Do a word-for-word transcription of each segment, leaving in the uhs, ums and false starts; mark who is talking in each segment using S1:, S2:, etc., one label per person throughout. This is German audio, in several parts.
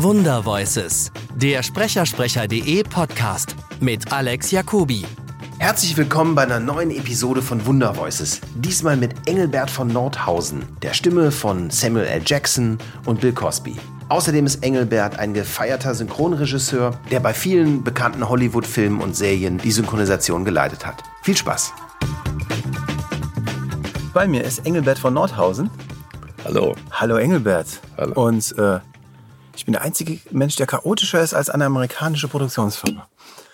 S1: Wundervoices, der Sprechersprecher.de Podcast mit Alex Jacobi.
S2: Herzlich willkommen bei einer neuen Episode von Wundervoices. Diesmal mit Engelbert von Nordhausen, der Stimme von Samuel L. Jackson und Bill Cosby. Außerdem ist Engelbert ein gefeierter Synchronregisseur, der bei vielen bekannten Hollywood-Filmen und Serien die Synchronisation geleitet hat. Viel Spaß!
S3: Bei mir ist Engelbert von Nordhausen.
S4: Hallo.
S3: Hallo Engelbert.
S4: Hallo.
S3: Und äh, ich bin der einzige Mensch, der chaotischer ist als eine amerikanische Produktionsfirma.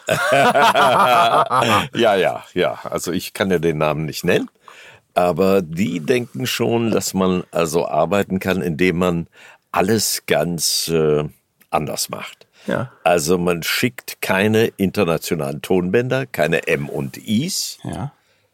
S4: ja, ja, ja. Also ich kann ja den Namen nicht nennen, aber die denken schon, dass man also arbeiten kann, indem man alles ganz äh, anders macht.
S3: Ja.
S4: Also man schickt keine internationalen Tonbänder, keine M und Is,
S3: Ja.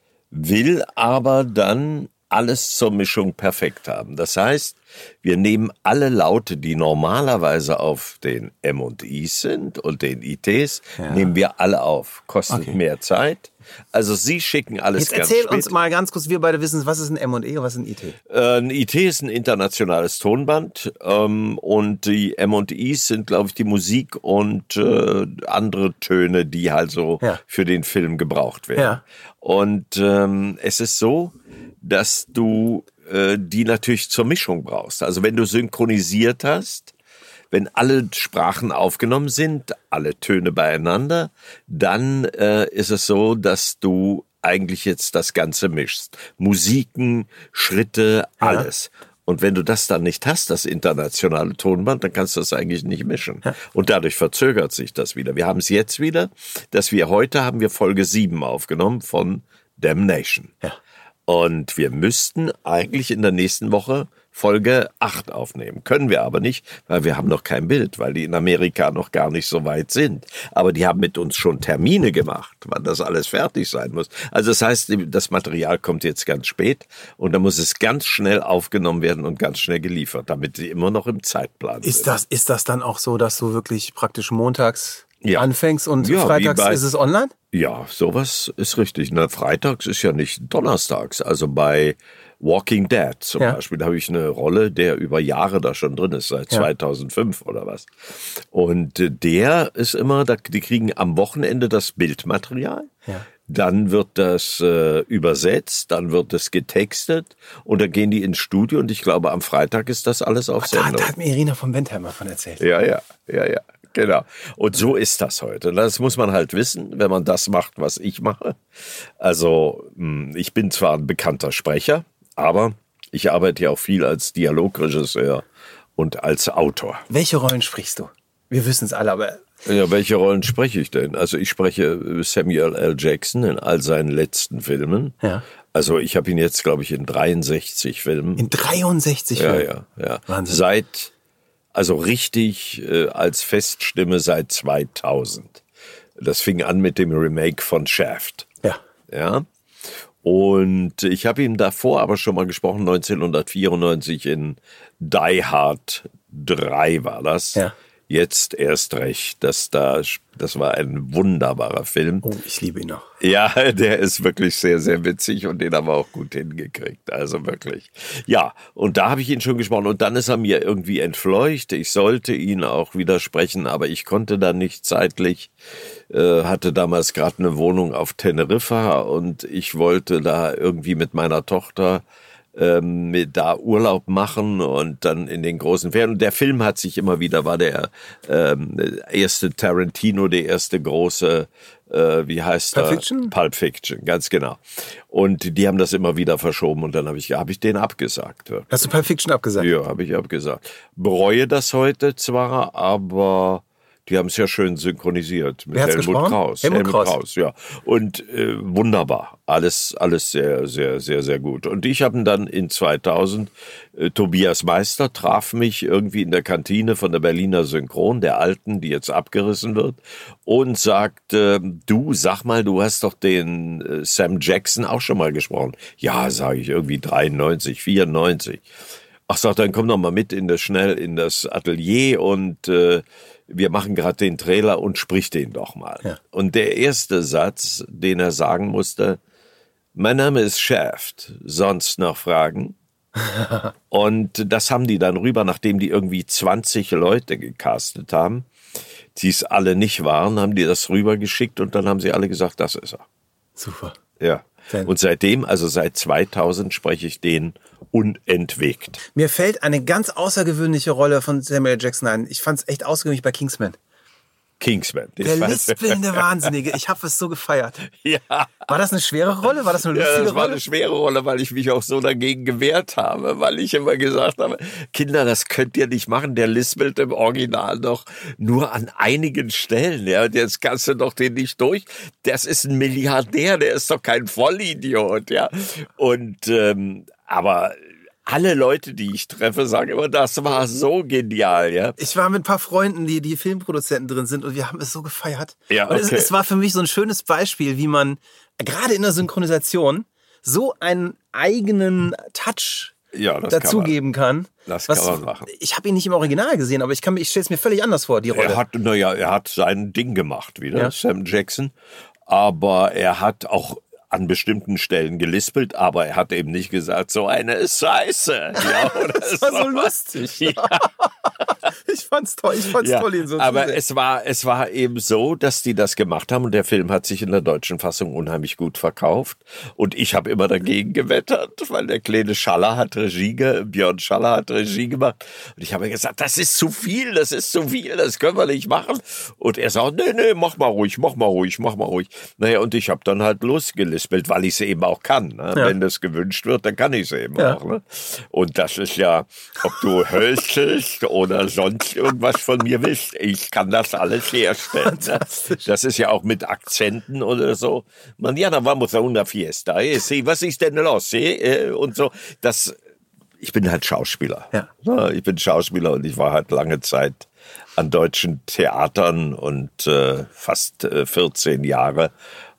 S4: will aber dann alles zur Mischung perfekt haben. Das heißt, wir nehmen alle Laute, die normalerweise auf den M und Is sind und den I Ts,
S3: Ja.
S4: nehmen wir alle auf. Kostet
S3: Okay.
S4: mehr Zeit. Also Sie schicken alles
S3: Jetzt
S4: ganz
S3: erzähl
S4: spät.
S3: uns mal ganz kurz, wir beide wissen, was ist ein M und E und was ist ein I T?
S4: Äh, ein I T ist ein internationales Tonband ähm, und die M und Is sind, glaube ich, die Musik und äh, andere Töne, die halt so
S3: Ja.
S4: für den Film gebraucht werden.
S3: Ja.
S4: Und ähm, es ist so, dass du äh, die natürlich zur Mischung brauchst. Also wenn du synchronisiert hast, wenn alle Sprachen aufgenommen sind, alle Töne beieinander, dann äh, ist es so, dass du eigentlich jetzt das Ganze mischst. Musiken, Schritte, alles. Und wenn du das dann nicht hast, das internationale Tonband, dann kannst du das eigentlich nicht mischen.
S3: Ja.
S4: Und dadurch verzögert sich das wieder. Wir haben es jetzt wieder, dass wir heute haben wir Folge sieben aufgenommen von Damnation.
S3: Ja.
S4: Und wir müssten eigentlich in der nächsten Woche Folge acht aufnehmen. Können wir aber nicht, weil wir haben noch kein Bild, weil die in Amerika noch gar nicht so weit sind. Aber die haben mit uns schon Termine gemacht, wann das alles fertig sein muss. Also das heißt, das Material kommt jetzt ganz spät und dann muss es ganz schnell aufgenommen werden und ganz schnell geliefert, damit sie immer noch im Zeitplan sind.
S3: Ist das, ist das dann auch so, dass du wirklich praktisch montags
S4: Ja.
S3: anfängst und
S4: Ja, wie
S3: freitags
S4: bei-
S3: ist es online?
S4: Ja, sowas ist richtig. Na, freitags ist ja nicht donnerstags. Also bei Walking Dead zum
S3: Ja.
S4: Beispiel, da habe ich eine Rolle, der über Jahre da schon drin ist, seit
S3: Ja.
S4: zweitausendfünf oder was. Und äh, der ist immer, da, die kriegen am Wochenende das Bildmaterial.
S3: Ja.
S4: Dann wird das äh, übersetzt, dann wird es getextet und dann gehen die ins Studio und ich glaube, am Freitag ist das alles auf
S3: Da,
S4: Sendung.
S3: da hat mir Irina von Bentheimer von erzählt.
S4: Ja, ja, ja, ja, genau. Und so ist das heute. Das muss man halt wissen, wenn man das macht, was ich mache. Also, mh, ich bin zwar ein bekannter Sprecher, aber ich arbeite ja auch viel als Dialogregisseur und als Autor.
S3: Welche Rollen sprichst du? Wir wissen es alle, aber
S4: Ja, welche Rollen spreche ich denn? Also ich spreche Samuel L. Jackson in all seinen letzten Filmen.
S3: Ja.
S4: Also ich habe ihn jetzt, glaube ich, in dreiundsechzig Filmen.
S3: in dreiundsechzig
S4: Ja,
S3: Filmen.
S4: ja, ja.
S3: Wahnsinn.
S4: Seit, also richtig äh, als Feststimme seit zweitausend. Das fing an mit dem Remake von Shaft.
S3: Ja.
S4: Ja. Und ich habe ihm davor aber schon mal gesprochen, neunzehnhundertvierundneunzig in Die Hard drei war das.
S3: Ja.
S4: Jetzt erst recht. Das, da, das war ein wunderbarer Film.
S3: Oh, ich liebe ihn noch.
S4: Ja, der ist wirklich sehr, sehr witzig und den haben wir auch gut hingekriegt. Also wirklich. Ja, und da habe ich ihn schon gesprochen und dann ist er mir irgendwie entfleucht. Ich sollte ihn auch widersprechen, aber ich konnte dann nicht zeitlich. Äh, hatte damals gerade eine Wohnung auf Teneriffa und ich wollte da irgendwie mit meiner Tochter ähm, mit da Urlaub machen und dann in den großen Ferien. Und der Film hat sich immer wieder, war der ähm, erste Tarantino, der erste große, äh, wie heißt
S3: Pulp
S4: er?
S3: Fiction?
S4: Pulp Fiction, ganz genau. Und die haben das immer wieder verschoben und dann habe ich, hab ich den abgesagt. Wirklich.
S3: Hast du Pulp Fiction abgesagt?
S4: Ja, habe ich abgesagt. Bereue das heute zwar, aber die haben es ja schön synchronisiert mit
S3: Wer hat's
S4: Helmut
S3: gesprochen?
S4: Kraus.
S3: Helmut Kraus.
S4: ja. Und äh, wunderbar. Alles, alles sehr, sehr, sehr, sehr gut. Und ich habe dann in zweitausend, äh, Tobias Meister traf mich irgendwie in der Kantine von der Berliner Synchron, der alten, die jetzt abgerissen wird, und sagte, du, sag mal, du hast doch den äh, Sam Jackson auch schon mal gesprochen. Ja, sage ich, irgendwie dreiundneunzig, vierundneunzig. Ach, sag, dann komm doch mal mit in das schnell in das Atelier und äh, wir machen gerade den Trailer und sprich den doch mal.
S3: Ja.
S4: Und der erste Satz, den er sagen musste, mein Name ist Shaft, sonst noch Fragen? Und das haben die dann rüber, nachdem die irgendwie zwanzig Leute gecastet haben, die es alle nicht waren, haben die das rübergeschickt und dann haben sie alle gesagt, das ist er.
S3: Super.
S4: Ja.
S3: Fan.
S4: Und seitdem, also seit zweitausend, spreche ich den unentwegt.
S3: Mir fällt eine ganz außergewöhnliche Rolle von Samuel L. Jackson ein. Ich fand es echt außergewöhnlich bei Kingsman.
S4: Kingsman.
S3: Der lispelnde Wahnsinnige. Ich habe es so gefeiert.
S4: Ja.
S3: War das eine schwere Rolle? War das eine lustige
S4: Ja, das war
S3: Rolle?
S4: eine schwere Rolle, weil ich mich auch so dagegen gewehrt habe, weil ich immer gesagt habe, Kinder, das könnt ihr nicht machen. Der lispelt im Original doch nur an einigen Stellen. Ja, jetzt kannst du doch den nicht durch. Das ist ein Milliardär, der ist doch kein Vollidiot. Ja, und ähm, aber alle Leute, die ich treffe, sagen immer, das war so genial, ja.
S3: Ich war mit ein paar Freunden, die die Filmproduzenten drin sind und wir haben es so gefeiert.
S4: Ja,
S3: okay. Und es, es war für mich so ein schönes Beispiel, wie man gerade in der Synchronisation so einen eigenen Touch
S4: ja, das
S3: dazugeben kann.
S4: Das
S3: was,
S4: kann man machen.
S3: Ich habe ihn nicht im Original gesehen, aber ich, kann, ich stelle es mir völlig anders vor, die Rolle.
S4: Er hat, naja, er hat sein Ding gemacht wieder,
S3: Ja.
S4: Sam Jackson. Aber er hat auch an bestimmten Stellen gelispelt, aber er hat eben nicht gesagt, so eine Scheiße. Ja, oder
S3: das war so lustig.
S4: Ja.
S3: Ich fand's toll, ich fand's
S4: Ja,
S3: toll, ihn so
S4: aber
S3: zu sehen.
S4: es war, es war eben so, dass die das gemacht haben und der Film hat sich in der deutschen Fassung unheimlich gut verkauft und ich habe immer dagegen gewettert, weil der kleine Schaller hat Regie, ge- Björn Schaller hat Regie gemacht und ich habe gesagt, das ist zu viel, das ist zu viel, das können wir nicht machen und er sagt, nee, nee, mach mal ruhig, mach mal ruhig, mach mal ruhig. Naja, und ich habe dann halt losgelispelt, weil ich es eben auch kann. Ne?
S3: Ja.
S4: Wenn das gewünscht wird, dann kann ich es eben
S3: Ja.
S4: auch. Ne? Und das ist ja, ob du hölzelst oder sonst irgendwas von mir willst, ich kann das alles herstellen. Ne? Das ist ja auch mit Akzenten oder so. Mañana vamos a una fiesta. Eh? Sí, was ist denn los? Eh? Und so. Das, ich bin halt Schauspieler.
S3: Ja.
S4: Ja, ich bin Schauspieler und ich war halt lange Zeit an deutschen Theatern und äh, fast äh, vierzehn Jahre.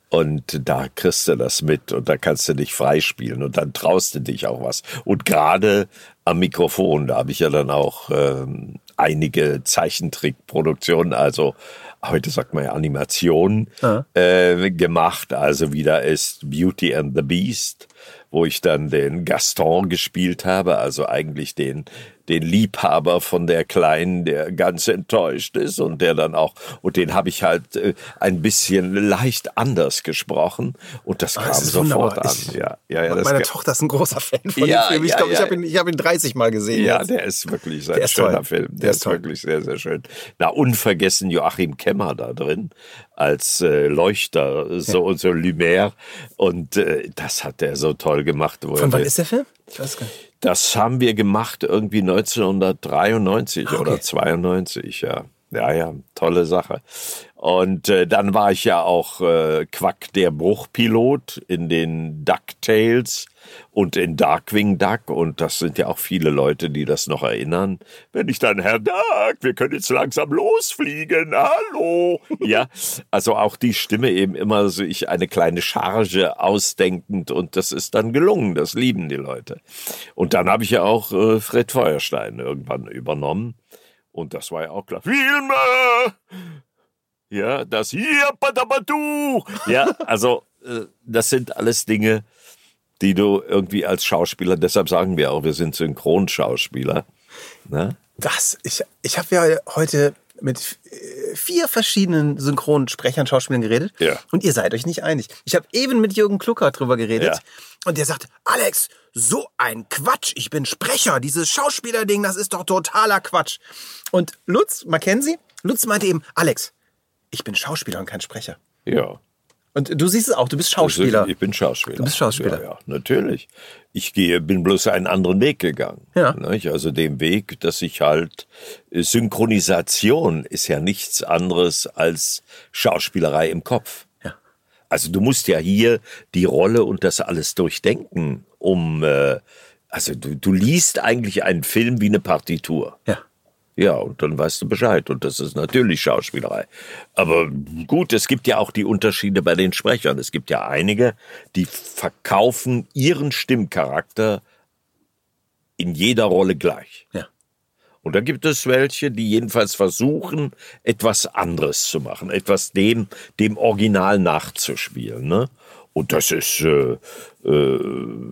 S4: Und da kriegst du das mit und da kannst du dich freispielen und dann traust du dich auch was. Und gerade am Mikrofon, da habe ich ja dann auch ähm, einige Zeichentrickproduktionen, also heute sagt man ja Animationen,
S3: Ja.
S4: äh, gemacht. Also wie da ist Beauty and the Beast, wo ich dann den Gaston gespielt habe, also eigentlich den den Liebhaber von der Kleinen, der ganz enttäuscht ist und der dann auch, und den habe ich halt äh, ein bisschen leicht anders gesprochen und das
S3: Ah,
S4: kam
S3: das ist
S4: sofort
S3: wunderbar.
S4: an.
S3: Ich-
S4: Ja, ja, ja, das
S3: Meine
S4: ge-
S3: Tochter ist ein großer Fan von
S4: Ja,
S3: dem Film. Ich
S4: ja,
S3: glaube, ich
S4: ja.
S3: habe ihn, ich hab ihn dreißig Mal gesehen.
S4: Ja,
S3: jetzt.
S4: der ist wirklich ein
S3: Der ist
S4: schöner
S3: toll.
S4: Film. Der,
S3: Der ist
S4: ist
S3: toll.
S4: wirklich sehr, sehr schön. Na, unvergessen Joachim Kemmer da drin als äh, Leuchter, so und so Lumière. Und äh, das hat er so toll gemacht. Wo
S3: Von
S4: er,
S3: wann ist der Film? Ich weiß gar nicht.
S4: Das haben wir gemacht irgendwie neunzehnhundertdreiundneunzig
S3: Ah, okay.
S4: oder zweiundneunzig, ja. Ja, ja, tolle Sache. Und äh, dann war ich ja auch äh, Quack der Bruchpilot in den DuckTales und in Darkwing Duck. Und das sind ja auch viele Leute, die das noch erinnern. Wenn ich dann, Herr Duck, wir können jetzt langsam losfliegen, hallo. Ja, also auch die Stimme eben immer so ich eine kleine Charge ausdenkend. Und das ist dann gelungen, das lieben die Leute. Und dann habe ich ja auch äh, Fred Feuerstein irgendwann übernommen. Und das war ja auch klar. Filme! Ja, das hier, Badabadu! Ja, also, äh, das sind alles Dinge, die du irgendwie als Schauspieler, deshalb sagen wir auch, wir sind Synchronschauspieler. Ne?
S3: Das, ich, ich habe ja heute mit äh, vier verschiedenen Synchronsprechern, Schauspielern geredet.
S4: Ja.
S3: Und ihr seid euch nicht einig. Ich habe eben mit Jürgen Klucker drüber geredet.
S4: Ja.
S3: Und der sagt, Alex, so ein Quatsch. Ich bin Sprecher. Dieses Schauspielerding, das ist doch totaler Quatsch. Und Lutz, Mackenzie, Lutz meinte eben, Alex, ich bin Schauspieler und kein Sprecher.
S4: Ja.
S3: Und du siehst es auch, du bist Schauspieler.
S4: Ich bin Schauspieler.
S3: Du bist Schauspieler.
S4: Ja, ja, natürlich. Ich gehe, bin bloß einen anderen Weg gegangen.
S3: Ja.
S4: Nicht? Also den Weg, dass ich halt, Synchronisation ist ja nichts anderes als Schauspielerei im Kopf.
S3: Ja.
S4: Also du musst ja hier die Rolle und das alles durchdenken, um, äh, also du, du liest eigentlich einen Film wie eine Partitur.
S3: Ja.
S4: Ja, und dann weißt du Bescheid. Und das ist natürlich Schauspielerei. Aber gut, es gibt ja auch die Unterschiede bei den Sprechern. Es gibt ja einige, die verkaufen ihren Stimmcharakter in jeder Rolle gleich.
S3: Ja.
S4: Und dann gibt es welche, die jedenfalls versuchen, etwas anderes zu machen, etwas dem, dem Original nachzuspielen. Ne? Und das ist, äh, äh,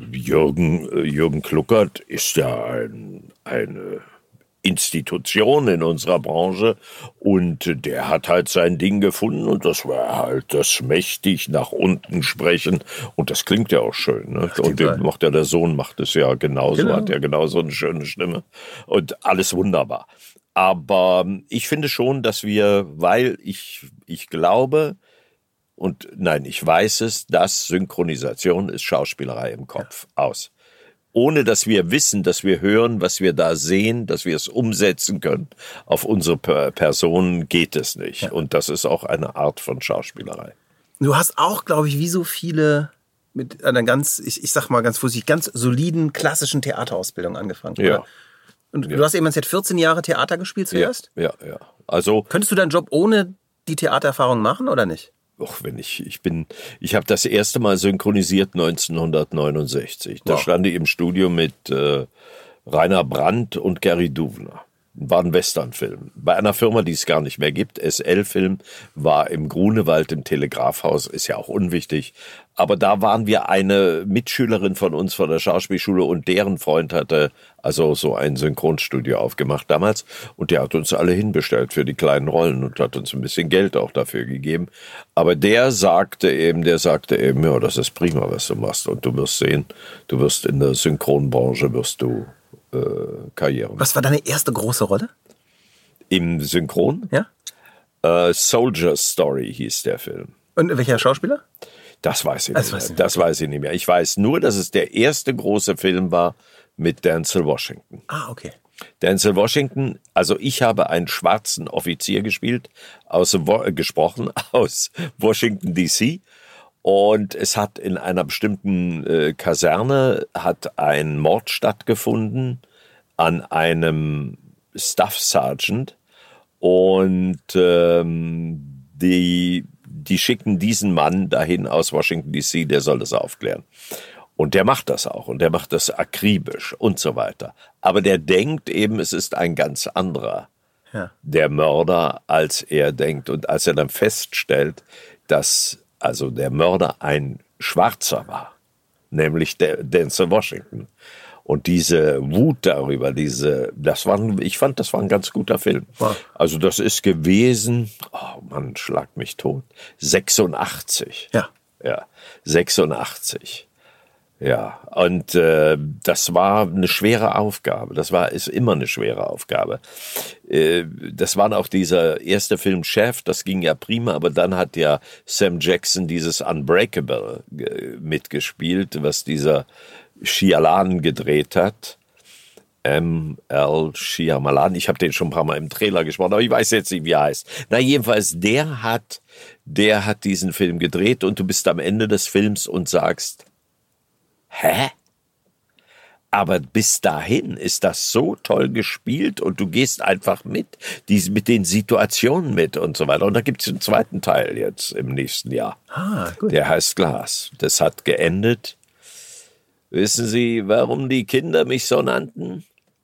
S4: Jürgen, Jürgen Kluckert ist ja ein, eine Institution in unserer Branche und der hat halt sein Ding gefunden und das war halt das mächtig nach unten sprechen und das klingt ja auch schön. Ne? Und den macht ja der Sohn, macht es ja genauso, genau. Hat ja genauso eine schöne Stimme und alles wunderbar. Aber ich finde schon, dass wir, weil ich, ich glaube und nein, ich weiß es, dass Synchronisation ist Schauspielerei im Kopf. Ja. Aus. Ohne dass wir wissen, dass wir hören, was wir da sehen, dass wir es umsetzen können auf unsere Personen, geht es nicht. Ja. Und das ist auch eine Art von Schauspielerei.
S3: Du hast auch, glaube ich, wie so viele mit einer ganz, ich, ich sag mal ganz vorsichtig, ganz soliden klassischen Theaterausbildung angefangen. Ja. Oder? Und ja. Du hast eben jetzt vierzehn Jahre Theater gespielt zuerst?
S4: Ja, ja, ja. Also,
S3: könntest du deinen Job ohne die Theatererfahrung machen oder nicht?
S4: Och, wenn ich, ich bin, ich habe das erste Mal synchronisiert neunzehnhundertneunundsechzig. Da wow. stand ich im Studio mit äh, Rainer Brandt und Gary Duvner. War ein Westernfilm. Bei einer Firma, die es gar nicht mehr gibt. S L-Film war im Grunewald im Telegrafhaus, ist ja auch unwichtig. Aber da waren wir eine Mitschülerin von uns von der Schauspielschule und deren Freund hatte also so ein Synchronstudio aufgemacht damals. Und der hat uns alle hinbestellt für die kleinen Rollen und hat uns ein bisschen Geld auch dafür gegeben. Aber der sagte eben, der sagte eben, ja, das ist prima, was du machst. Und du wirst sehen, du wirst in der Synchronbranche, wirst du Äh, Karriere.
S3: Was war deine erste große Rolle?
S4: Im Synchron?
S3: Ja.
S4: Äh, Soldier's Story hieß der Film.
S3: Und welcher Schauspieler?
S4: Das weiß ich
S3: das
S4: nicht
S3: weiß
S4: mehr.
S3: Ich
S4: das weiß ich nicht mehr. Ich weiß nur, dass es der erste große Film war mit Denzel Washington.
S3: Ah, okay.
S4: Denzel Washington, also ich habe einen schwarzen Offizier gespielt, aus, äh, gesprochen aus Washington D C Und es hat in einer bestimmten äh, Kaserne hat ein Mord stattgefunden an einem Staff Sergeant und ähm, die, die schicken diesen Mann dahin aus Washington D C, der soll das aufklären. Und der macht das auch und der macht das akribisch und so weiter. Aber der denkt eben, es ist ein ganz anderer, ja. der Mörder, als er denkt. Und als er dann feststellt, dass also der Mörder ein Schwarzer war, nämlich der Denzel Washington. Und diese Wut darüber, diese, das war, ich fand, das war ein ganz guter Film. Wow. Also das ist gewesen, oh Mann, schlag mich tot, sechsundachtzig.
S3: Ja.
S4: Ja, sechsundachtzig. Ja, und äh, das war eine schwere Aufgabe. Das war ist immer eine schwere Aufgabe. Äh, das war auch dieser erste Film Chef, das ging ja prima, aber dann hat ja Sam Jackson dieses Unbreakable äh, mitgespielt, was dieser Shyamalan gedreht hat. M L Shyamalan, ich habe den schon ein paar Mal im Trailer gesprochen, aber ich weiß jetzt nicht, wie er heißt. Na jedenfalls, der hat, der hat diesen Film gedreht und du bist am Ende des Films und sagst, hä? Aber bis dahin ist das so toll gespielt und du gehst einfach mit, die, mit den Situationen mit und so weiter. Und da gibt es einen zweiten Teil jetzt im nächsten Jahr.
S3: Ah, gut.
S4: Der heißt Glass. Das hat geendet. Wissen Sie, warum die Kinder mich so nannten?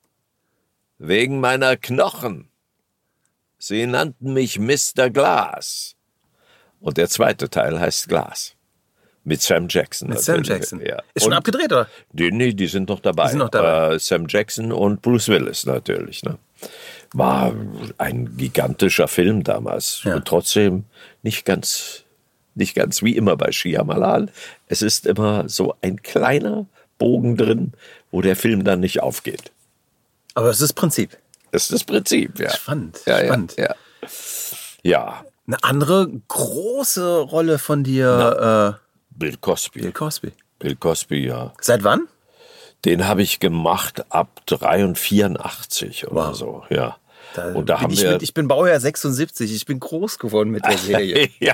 S4: Wegen meiner Knochen. Sie nannten mich Mister Glass. Und der zweite Teil heißt Glass. Mit Sam Jackson.
S3: Mit Sam Jackson.
S4: Ja.
S3: Ist schon und abgedreht, oder?
S4: Die, nee, die sind noch dabei.
S3: Die sind noch dabei.
S4: Äh, Sam Jackson und Bruce Willis natürlich. Ne? War ein gigantischer Film damals. Ja. Und trotzdem nicht ganz, nicht ganz wie immer bei Shyamalan. Es ist immer so ein kleiner Bogen drin, wo der Film dann nicht aufgeht.
S3: Aber das ist das Prinzip.
S4: Das ist das Prinzip, ja.
S3: Spannend,
S4: ja,
S3: spannend.
S4: Ja, ja. ja.
S3: Eine andere große Rolle von dir...
S4: Na, äh, Bill Cosby.
S3: Bill Cosby.
S4: Bill Cosby, ja.
S3: Seit wann?
S4: Den habe ich gemacht ab vierundachtzig oder wow. so, ja.
S3: Da
S4: und da haben
S3: ich,
S4: wir
S3: mit, ich bin Baujahr sechsundsiebzig, ich bin groß geworden mit der Serie.
S4: Ja.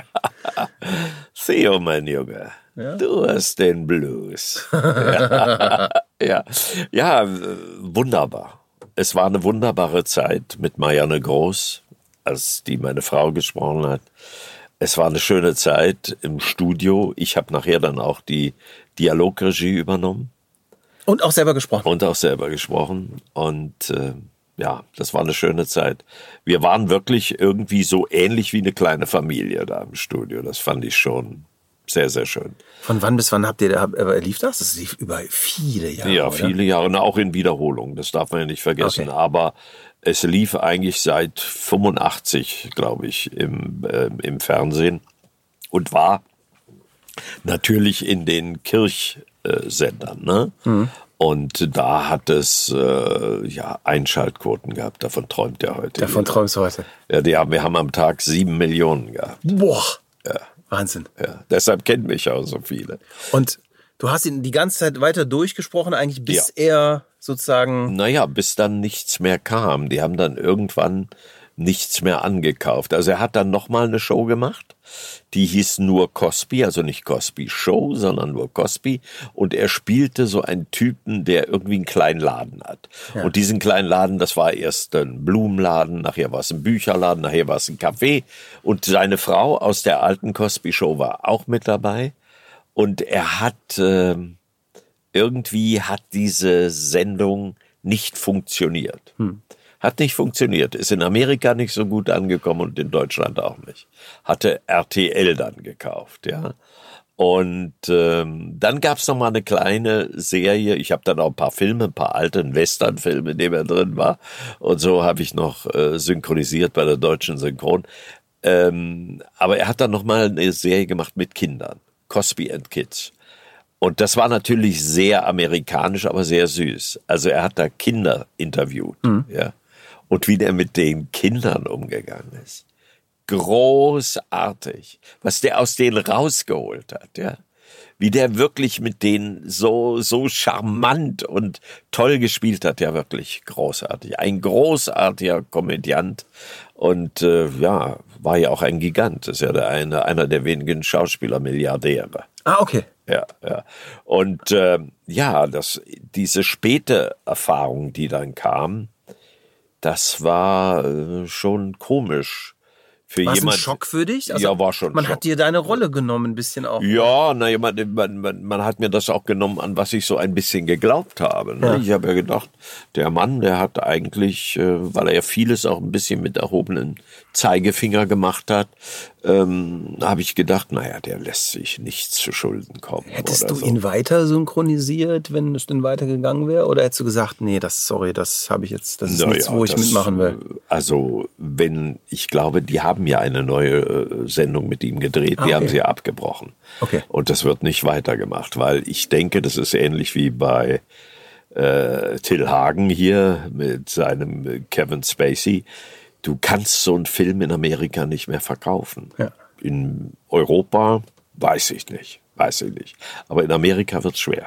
S4: Theo, mein Junge, ja? Du hast den Blues. ja. ja. ja, wunderbar. Es war eine wunderbare Zeit mit Marianne Groß, als die meine Frau gesprochen hat. Es war eine schöne Zeit im Studio. Ich habe nachher dann auch die Dialogregie übernommen.
S3: Und auch selber gesprochen.
S4: Und auch selber gesprochen. Und äh, ja, das war eine schöne Zeit. Wir waren wirklich irgendwie so ähnlich wie eine kleine Familie da im Studio. Das fand ich schon Sehr, sehr schön.
S3: Von wann bis wann habt ihr, hab, äh, lief das? Das lief über viele Jahre,
S4: Ja,
S3: oder?
S4: viele Jahre, und auch in Wiederholung, das darf man ja nicht vergessen.
S3: Okay.
S4: Aber es lief eigentlich seit fünfundachtzig, glaube ich, im, äh, im Fernsehen und war natürlich in den Kirchsendern. Ne? Mhm. Und da hat es äh, ja Einschaltquoten gehabt, davon träumt der heute.
S3: Davon
S4: jeder.
S3: träumst du heute.
S4: Ja, die haben, wir haben am Tag sieben Millionen gehabt.
S3: Boah,
S4: Ja.
S3: Wahnsinn.
S4: Ja, deshalb kennen mich auch so viele.
S3: Und du hast ihn die ganze Zeit weiter durchgesprochen, eigentlich bis ja. er sozusagen...
S4: Naja, bis dann nichts mehr kam. Die haben dann irgendwann nichts mehr angekauft. Also er hat dann nochmal eine Show gemacht, die hieß nur Cosby, also nicht Cosby Show, sondern nur Cosby. Und er spielte so einen Typen, der irgendwie einen kleinen Laden hat. Ja. Und diesen kleinen Laden, das war erst ein Blumenladen, nachher war es ein Bücherladen, nachher war es ein Café. Und seine Frau aus der alten Cosby Show war auch mit dabei. Und er hat, äh, irgendwie hat diese Sendung nicht funktioniert. Hm. Hat nicht funktioniert, ist in Amerika nicht so gut angekommen und in Deutschland auch nicht. Hatte R T L dann gekauft, ja. Und ähm, dann gab's noch mal eine kleine Serie. Ich habe dann auch ein paar Filme, ein paar alte Westernfilme, in denen er drin war. Und so habe ich noch äh, synchronisiert bei der deutschen Synchron. Ähm, aber er hat dann noch mal eine Serie gemacht mit Kindern, Cosby and Kids. Und das war natürlich sehr amerikanisch, aber sehr süß. Also er hat da Kinder interviewt, mhm. ja. Und wie der mit den Kindern umgegangen ist. Großartig. Was der aus denen rausgeholt hat, ja. Wie der wirklich mit denen so, so charmant und toll gespielt hat, ja, wirklich großartig. Ein großartiger Komödiant. Und, äh, ja, war ja auch ein Gigant. Das ist ja der eine, einer der wenigen Schauspieler-Milliardäre.
S3: Ah, okay.
S4: Ja, ja. Und, äh, ja, das, diese späte Erfahrung, die dann kam, das war äh, schon komisch für
S3: war
S4: jemand.
S3: War es ein Schock für dich? Also
S4: ja, war schon.
S3: Man
S4: Schock.
S3: hat dir deine Rolle genommen, ein bisschen auch.
S4: Ja, na, man, man, man, man hat mir das auch genommen, an was ich so ein bisschen geglaubt habe. Ne? Ja. Ich habe ja gedacht, der Mann, der hat eigentlich, äh, weil er ja vieles auch ein bisschen mit erhobenen Zeigefinger gemacht hat, ähm, habe ich gedacht, naja, der lässt sich nicht zu Schulden kommen.
S3: Hättest
S4: oder
S3: du
S4: so.
S3: ihn weiter synchronisiert, wenn es denn weitergegangen wäre? Oder hättest du gesagt, nee, das, sorry, das habe ich jetzt, das ist
S4: Na
S3: nichts,
S4: ja,
S3: wo ich
S4: das,
S3: mitmachen will?
S4: Also, wenn, ich glaube, die haben ja eine neue äh, Sendung mit ihm gedreht,
S3: Ah,
S4: die
S3: okay.
S4: haben sie ja abgebrochen.
S3: Okay.
S4: Und das wird nicht weitergemacht, weil ich denke, das ist ähnlich wie bei äh, Till Hagen hier mit seinem Kevin Spacey. Du kannst so einen Film in Amerika nicht mehr verkaufen.
S3: Ja.
S4: In Europa weiß ich nicht, weiß ich nicht. Aber in Amerika wird's schwer.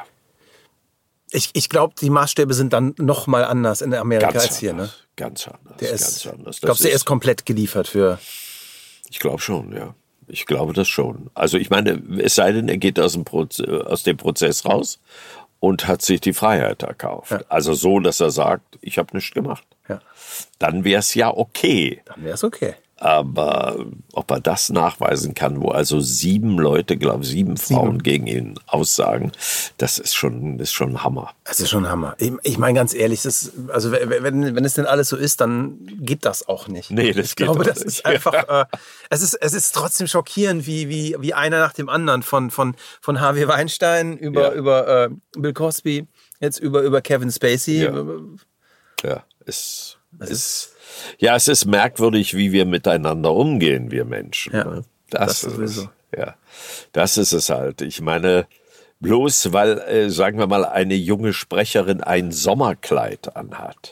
S3: Ich, ich glaube, die Maßstäbe sind dann noch mal anders in Amerika
S4: Ganz
S3: als hier. Ne?
S4: anders, ganz anders,
S3: Der ist,
S4: ganz anders.
S3: Glaubst du, er ist komplett geliefert für...
S4: Ich glaube schon, ja. Ich glaube das schon. Also ich meine, es sei denn, er geht aus dem, Proz- aus dem Prozess raus und hat sich die Freiheit erkauft.
S3: Ja.
S4: Also so, dass er sagt, ich habe nichts gemacht.
S3: Ja.
S4: Dann wäre es ja okay.
S3: Dann wäre es okay.
S4: Aber ob er das nachweisen kann, wo also sieben Leute, glaube ich, sieben Frauen
S3: Sieben.
S4: gegen ihn aussagen, das ist schon, ist schon ein Hammer.
S3: Das ist schon Hammer. Ich, ich meine ganz ehrlich, das, also wenn, wenn es denn alles so ist, dann geht das auch nicht.
S4: Nee, das
S3: ich
S4: geht
S3: glaube,
S4: auch
S3: das
S4: nicht.
S3: ist einfach, äh, es ist, es ist trotzdem schockierend, wie, wie, wie einer nach dem anderen von, von, von Harvey Weinstein über,
S4: Ja.
S3: über äh, Bill Cosby, jetzt über, über Kevin Spacey.
S4: Ja. Ja, es ist, ja, es ist merkwürdig, wie wir miteinander umgehen, wir Menschen.
S3: Ja,
S4: ne? Das,
S3: das
S4: ist
S3: sowieso.
S4: es. Ja, das ist es halt. Ich meine, bloß weil, äh, sagen wir mal, eine junge Sprecherin ein Sommerkleid anhat.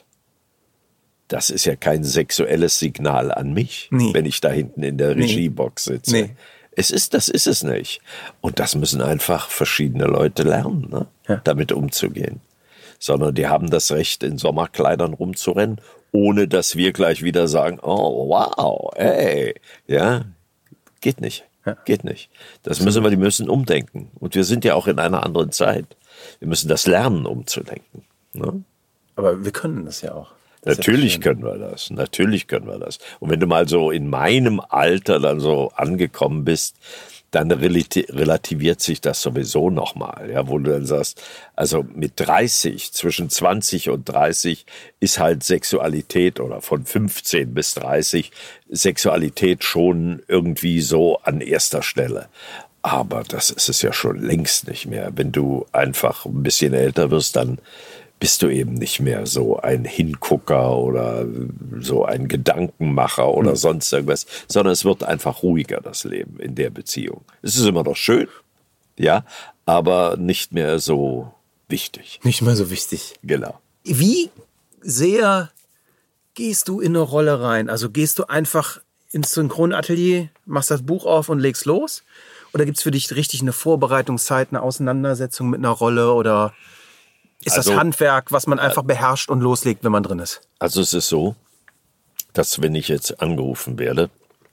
S4: Das ist ja kein sexuelles Signal an mich,
S3: Nee.
S4: wenn ich da hinten in der
S3: Nee.
S4: Regiebox sitze.
S3: Nee.
S4: Es ist, das ist es nicht. Und das müssen einfach verschiedene Leute lernen, ne?
S3: Ja.
S4: damit umzugehen. Sondern die haben das Recht, in Sommerkleidern rumzurennen, ohne dass wir gleich wieder sagen, oh, wow, ey, ja, geht nicht,
S3: Ja.
S4: geht nicht. Das müssen wir, die müssen umdenken. Und wir sind ja auch in einer anderen Zeit. Wir müssen das lernen, umzudenken. Ne?
S3: Aber wir können das ja auch. Das ist
S4: Natürlich
S3: ja schön.
S4: können wir das, natürlich können wir das. Und wenn du mal so in meinem Alter dann so angekommen bist, dann relati- relativiert sich das sowieso nochmal, ja, wo du dann sagst, also mit dreißig, zwischen zwanzig und dreißig ist halt Sexualität oder von fünfzehn bis dreißig Sexualität schon irgendwie so an erster Stelle. Aber das ist es ja schon längst nicht mehr. Wenn du einfach ein bisschen älter wirst, dann bist du eben nicht mehr so ein Hingucker oder so ein Gedankenmacher oder mhm. sonst irgendwas, sondern es wird einfach ruhiger, das Leben in der Beziehung. Es ist immer noch schön, ja, aber nicht mehr so wichtig.
S3: Nicht mehr so wichtig.
S4: Genau.
S3: Wie sehr gehst du in eine Rolle rein? Also gehst du einfach ins Synchronatelier, machst das Buch auf und legst los? Oder gibt es für dich richtig eine Vorbereitungszeit, eine Auseinandersetzung mit einer Rolle? Oder ist also, das Handwerk, was man einfach beherrscht und loslegt, wenn man drin ist?
S4: Also es ist so, dass wenn ich jetzt angerufen werde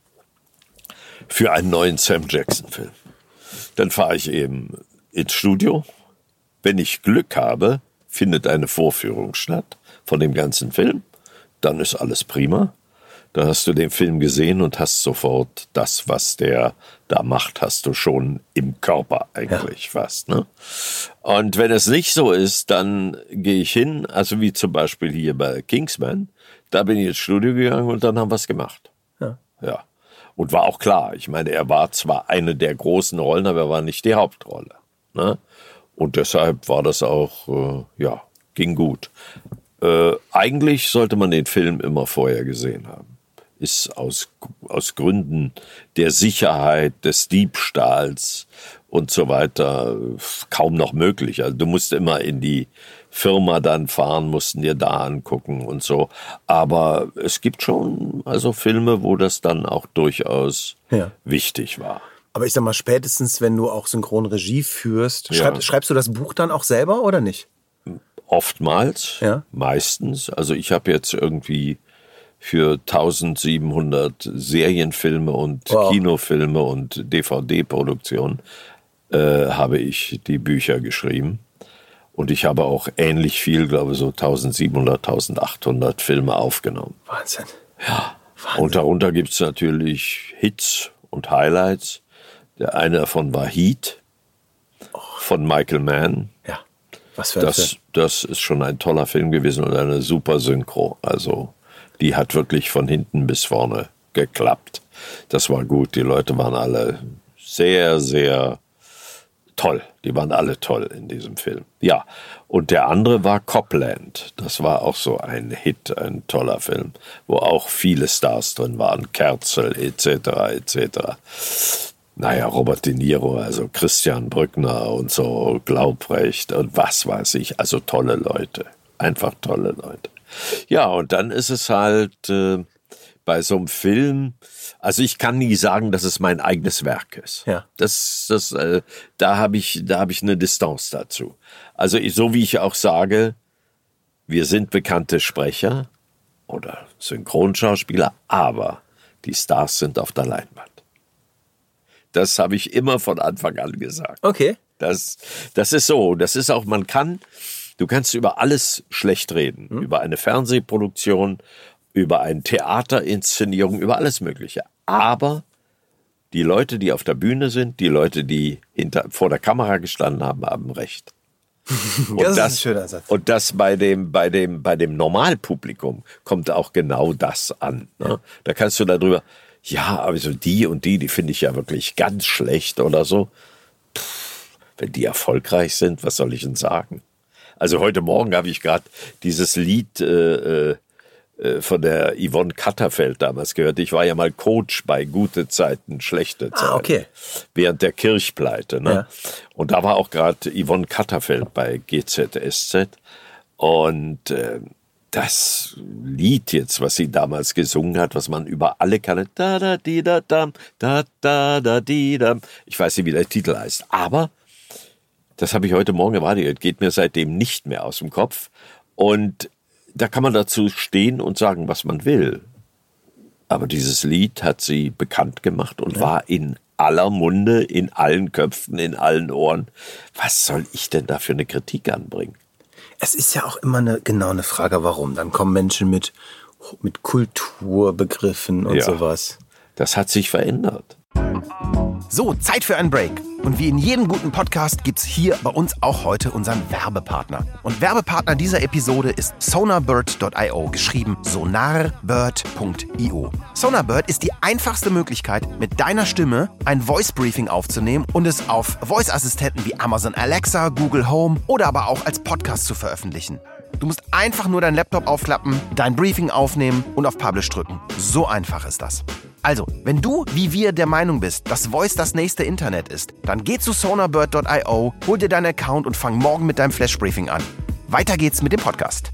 S4: für einen neuen Sam Jackson-Film, dann fahre ich eben ins Studio. Wenn ich Glück habe, findet eine Vorführung statt von dem ganzen Film. Dann ist alles prima. Da hast du den Film gesehen und hast sofort das, was der da macht, hast du schon im Körper eigentlich ja. fast. Ne? Und wenn es nicht so ist, dann gehe ich hin, also wie zum Beispiel hier bei Kingsman, da bin ich ins Studio gegangen und dann haben wir es gemacht. Ja. ja. Und war auch klar, ich meine, er war zwar eine der großen Rollen, aber er war nicht die Hauptrolle. Ne? Und deshalb war das auch, äh, ja, ging gut. Äh, eigentlich sollte man den Film immer vorher gesehen haben. Ist aus, aus Gründen der Sicherheit, des Diebstahls und so weiter kaum noch möglich. Also du musst immer in die Firma dann fahren, mussten dir da angucken und so. Aber es gibt schon also Filme, wo das dann auch durchaus ja. wichtig war.
S3: Aber ich sag mal, spätestens, wenn du auch Synchronregie führst, schreib, ja. schreibst du das Buch dann auch selber oder nicht?
S4: Oftmals, ja. meistens. Also ich habe jetzt irgendwie für eintausendsiebenhundert Serienfilme und wow. Kinofilme und D V D-Produktionen äh, habe ich die Bücher geschrieben. Und ich habe auch ähnlich viel, glaube ich, so eintausendsiebenhundert, eintausendachthundert Filme aufgenommen.
S3: Wahnsinn.
S4: Ja. Wahnsinn. Und darunter gibt es natürlich Hits und Highlights. Der eine davon war Heat oh. von Michael Mann.
S3: Ja. Was für ein
S4: das,
S3: Film.
S4: Das ist schon ein toller Film gewesen und eine super Synchro. Also die hat wirklich von hinten bis vorne geklappt. Das war gut. Die Leute waren alle sehr, sehr toll. Die waren alle toll in diesem Film. Ja, und der andere war Copland. Das war auch so ein Hit, ein toller Film, wo auch viele Stars drin waren. Kerzel et cetera et cetera. Naja, Robert De Niro, also Christian Brückner und so, Glaubrecht und was weiß ich. Also tolle Leute. Einfach tolle Leute. Ja, und dann ist es halt äh, bei so einem Film, also ich kann nie sagen, dass es mein eigenes Werk ist.
S3: Ja.
S4: Das, das, äh, da habe ich, da habe ich eine Distanz dazu. Also so wie ich auch sage, wir sind bekannte Sprecher oder Synchronschauspieler, aber die Stars sind auf der Leinwand. Das habe ich immer von Anfang an gesagt.
S3: Okay.
S4: Das, das ist so. Das ist auch, man kann, du kannst über alles schlecht reden. Hm. Über eine Fernsehproduktion, über eine Theaterinszenierung, über alles Mögliche. Aber die Leute, die auf der Bühne sind, die Leute, die hinter, vor der Kamera gestanden haben, haben recht. Und
S3: das,
S4: das
S3: ist ein schöner Satz.
S4: Und das bei dem, bei dem, bei dem Normalpublikum kommt auch genau das an. Ne? Ja. Da kannst du darüber, ja, aber so die und die, die finde ich ja wirklich ganz schlecht oder so. Pff, wenn die erfolgreich sind, was soll ich denn sagen? Also heute Morgen habe ich gerade dieses Lied äh, äh, von der Yvonne Katterfeld damals gehört. Ich war ja mal Coach bei Gute Zeiten, Schlechte Zeiten.
S3: Ah, okay.
S4: Während der Kirchpleite. Ne? Ja. Und da war auch gerade Yvonne Katterfeld bei G Z S Z. Und äh, das Lied jetzt, was sie damals gesungen hat, was man über alle kann, da da di da dam, da da da di dam. Ich weiß nicht, wie der Titel heißt, aber das habe ich heute Morgen im Radio, geht mir seitdem nicht mehr aus dem Kopf. Und da kann man dazu stehen und sagen, was man will. Aber dieses Lied hat sie bekannt gemacht und ja. war in aller Munde, in allen Köpfen, in allen Ohren. Was soll ich denn da für eine Kritik anbringen?
S3: Es ist ja auch immer eine, genau eine Frage, warum. Dann kommen Menschen mit, mit Kulturbegriffen und
S4: ja,
S3: sowas.
S4: Das hat sich verändert.
S2: So, Zeit für einen Break. Und wie in jedem guten Podcast gibt's hier bei uns auch heute unseren Werbepartner. Und Werbepartner dieser Episode ist sonarbird punkt io, geschrieben sonarbird punkt io. Sonarbird ist die einfachste Möglichkeit, mit deiner Stimme ein Voice Briefing aufzunehmen und es auf Voice-Assistenten wie Amazon Alexa, Google Home oder aber auch als Podcast zu veröffentlichen. Du musst einfach nur deinen Laptop aufklappen, dein Briefing aufnehmen und auf Publish drücken. So einfach ist das. Also, wenn du, wie wir, der Meinung bist, dass Voice das nächste Internet ist, dann geh zu sonarbird punkt io, hol dir deinen Account und fang morgen mit deinem Flash-Briefing an. Weiter geht's mit dem Podcast.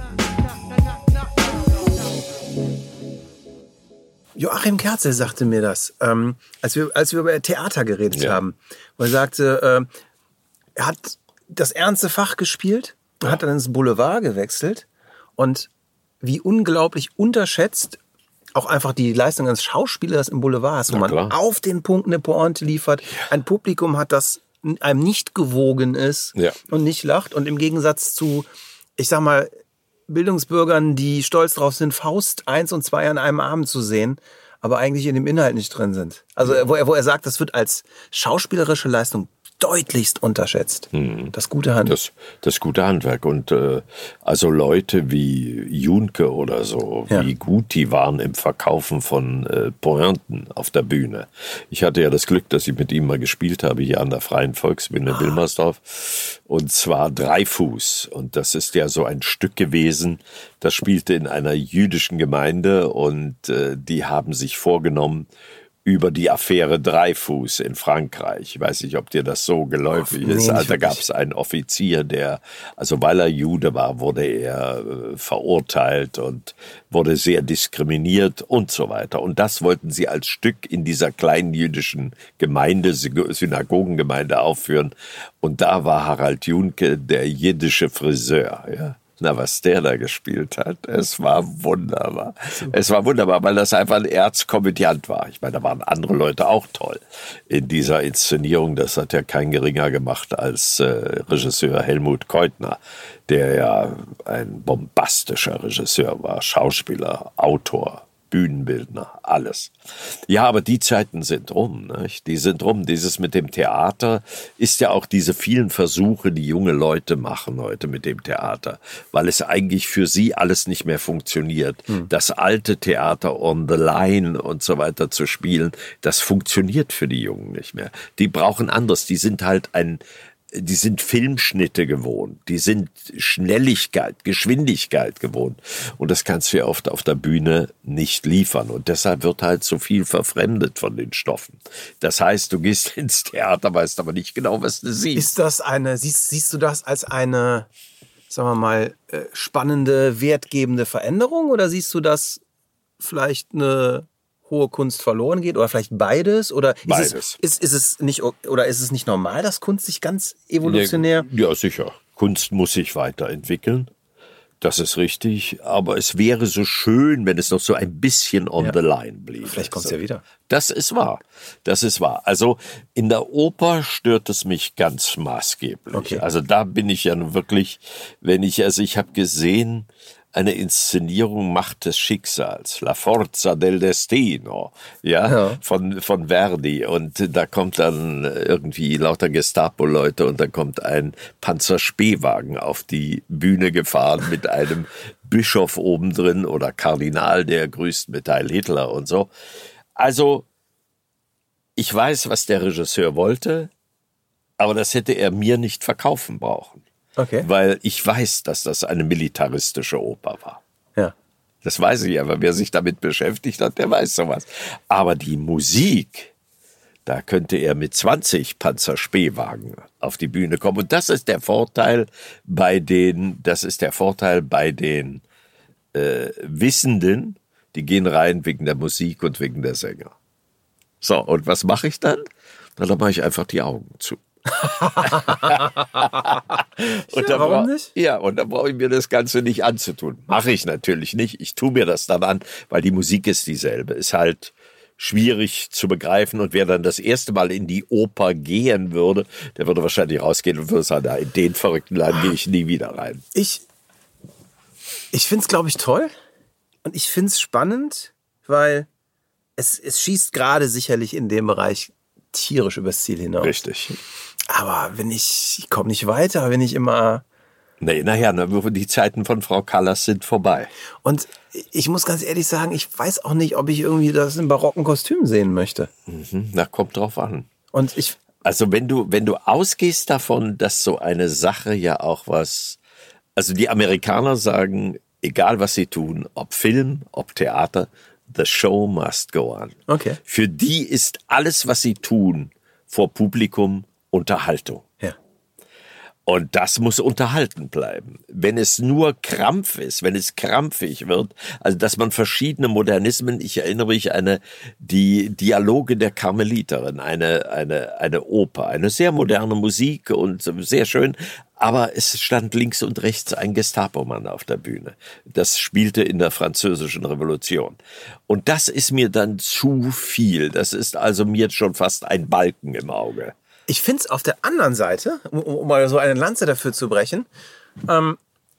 S3: Joachim Kerzel sagte mir das, ähm, als wir, als wir über Theater geredet
S4: Ja.
S3: haben. Wo er sagte, äh, er hat das ernste Fach gespielt, ja. hat dann ins Boulevard gewechselt und wie unglaublich unterschätzt auch einfach die Leistung eines Schauspielers im Boulevard ist, wo
S4: Na
S3: man
S4: klar.
S3: auf den Punkt eine Pointe liefert, ein Publikum hat, das einem nicht gewogen ist
S4: Ja.
S3: und nicht lacht. Und im Gegensatz zu, ich sag mal, Bildungsbürgern, die stolz drauf sind, Faust eins und zwei an einem Abend zu sehen, aber eigentlich in dem Inhalt nicht drin sind. Also wo er, wo er sagt, das wird als schauspielerische Leistung deutlichst unterschätzt. Das gute Hand.
S4: Das, das gute Handwerk. Und äh, also Leute wie Junke oder so,
S3: Ja.
S4: wie gut die waren im Verkaufen von äh, Pointen auf der Bühne. Ich hatte ja das Glück, dass ich mit ihm mal gespielt habe, hier an der Freien Volksbühne Wilmersdorf. Und zwar Dreifuß. Und das ist ja so ein Stück gewesen, das spielte in einer jüdischen Gemeinde und äh, die haben sich vorgenommen, über die Affäre Dreifuß in Frankreich. Ich weiß nicht, ob dir das so geläufig
S3: Oh, nee,
S4: ist.
S3: nicht
S4: Also, da
S3: wirklich.
S4: gab es einen Offizier, der, also weil er Jude war, wurde er äh, verurteilt und wurde sehr diskriminiert und so weiter. Und das wollten sie als Stück in dieser kleinen jüdischen Gemeinde, Sy- Synagogengemeinde aufführen. Und da war Harald Junke der jiddische Friseur, ja. Na, was der da gespielt hat, es war wunderbar. Es war wunderbar, weil das einfach ein Erzkomödiant war. Ich meine, da waren andere Leute auch toll in dieser Inszenierung. Das hat ja kein geringer gemacht als äh, Regisseur Helmut Keutner, der ja ein bombastischer Regisseur war, Schauspieler, Autor, Bühnenbildner, alles. Ja, aber die Zeiten sind rum, nicht? Die sind rum. Dieses mit dem Theater ist ja auch diese vielen Versuche, die junge Leute machen heute mit dem Theater, weil es eigentlich für sie alles nicht mehr funktioniert. Hm. Das alte Theater on the line und so weiter zu spielen, das funktioniert für die Jungen nicht mehr. Die brauchen anderes. Die sind halt ein Die sind Filmschnitte gewohnt, die sind Schnelligkeit, Geschwindigkeit gewohnt. Und das kannst du ja oft auf der Bühne nicht liefern. Und deshalb wird halt so viel verfremdet von den Stoffen. Das heißt, du gehst ins Theater, weißt aber nicht genau, was du siehst.
S3: Ist das eine, siehst, siehst du das als eine, sagen wir mal, äh, spannende, wertgebende Veränderung oder siehst du das vielleicht eine hohe Kunst verloren geht oder vielleicht beides oder ist
S4: Beides.
S3: es ist, ist es nicht oder ist es nicht normal, dass Kunst sich ganz evolutionär
S4: Ja, sicher. Kunst muss sich weiterentwickeln. Das ist richtig. Aber es wäre so schön, wenn es noch so ein bisschen on
S3: Ja.
S4: the line blieb.
S3: Vielleicht kommt's ja wieder.
S4: Das ist wahr. Das ist wahr. Also in der Oper stört es mich ganz maßgeblich.
S3: Okay.
S4: Also da bin ich ja nun wirklich, wenn ich, also ich habe gesehen, eine Inszenierung Macht des Schicksals, La Forza del Destino, ja,
S3: Ja.
S4: von, von Verdi. Und da kommt dann irgendwie lauter Gestapo-Leute und da kommt ein Panzerspähwagen auf die Bühne gefahren mit einem Bischof obendrin oder Kardinal, der grüßt mit Heil Hitler und so. Also, ich weiß, was der Regisseur wollte, aber das hätte er mir nicht verkaufen brauchen.
S3: Okay.
S4: Weil ich weiß, dass das eine militaristische Oper war.
S3: Ja.
S4: Das weiß ich, aber wer sich damit beschäftigt hat, der weiß sowas. Aber die Musik, da könnte er mit zwanzig Panzerspähwagen auf die Bühne kommen. Und das ist der Vorteil bei den, das ist der Vorteil bei den äh, Wissenden, die gehen rein wegen der Musik und wegen der Sänger. So, und was mache ich dann? Na, dann mache ich einfach die Augen zu. und
S3: Ja, warum
S4: bra-
S3: nicht?
S4: Ja, und dann brauche ich mir das Ganze nicht anzutun. Mache ich natürlich nicht. Ich tue mir das dann an, weil die Musik ist dieselbe. Ist halt schwierig zu begreifen. Und wer dann das erste Mal in die Oper gehen würde, der würde wahrscheinlich rausgehen und würde sagen, in den verrückten Laden gehe ich nie wieder rein.
S3: Ich, ich finde es, glaube ich, toll. Und ich finde es spannend, weil es, es schießt gerade sicherlich in dem Bereich tierisch übers Ziel hinaus.
S4: Richtig.
S3: Aber wenn ich, ich komme nicht weiter, wenn ich immer...
S4: Nee, naja, die Zeiten von Frau Callas sind vorbei.
S3: Und ich muss ganz ehrlich sagen, ich weiß auch nicht, ob ich irgendwie das im barocken Kostüm sehen möchte.
S4: Mhm, na, kommt drauf an.
S3: Und ich...
S4: Also wenn du, wenn du ausgehst davon, dass so eine Sache ja auch was... Also die Amerikaner sagen, egal was sie tun, ob Film, ob Theater, the show must go on.
S3: Okay.
S4: Für die ist alles, was sie tun, vor Publikum Unterhaltung.
S3: Ja.
S4: Und das muss unterhalten bleiben. Wenn es nur Krampf ist, wenn es krampfig wird, also dass man verschiedene Modernismen, ich erinnere mich an eine, die Dialoge der Karmeliterin, eine, eine, eine Oper, eine sehr moderne Musik und sehr schön, aber es stand links und rechts ein Gestapo-Mann auf der Bühne. Das spielte in der Französischen Revolution. Und das ist mir dann zu viel. Das ist also mir schon fast ein Balken im Auge.
S3: Ich finde es auf der anderen Seite, um, um mal so eine Lanze dafür zu brechen, ähm,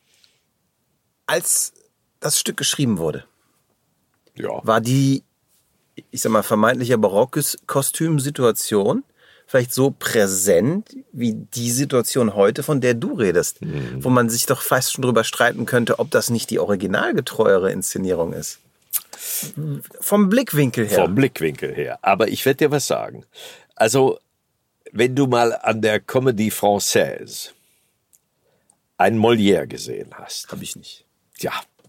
S3: als das Stück geschrieben wurde,
S4: Ja.
S3: war die, ich sag mal, vermeintliche Barockkostümsituation vielleicht so präsent wie die Situation heute, von der du redest, mhm. wo man sich doch fast schon drüber streiten könnte, ob das nicht die originalgetreuere Inszenierung ist. Vom Blickwinkel her.
S4: Vom Blickwinkel her. Aber ich werde dir was sagen. Also, wenn du mal an der Comédie Française einen Molière gesehen hast.
S3: Habe ich nicht.
S4: Ja,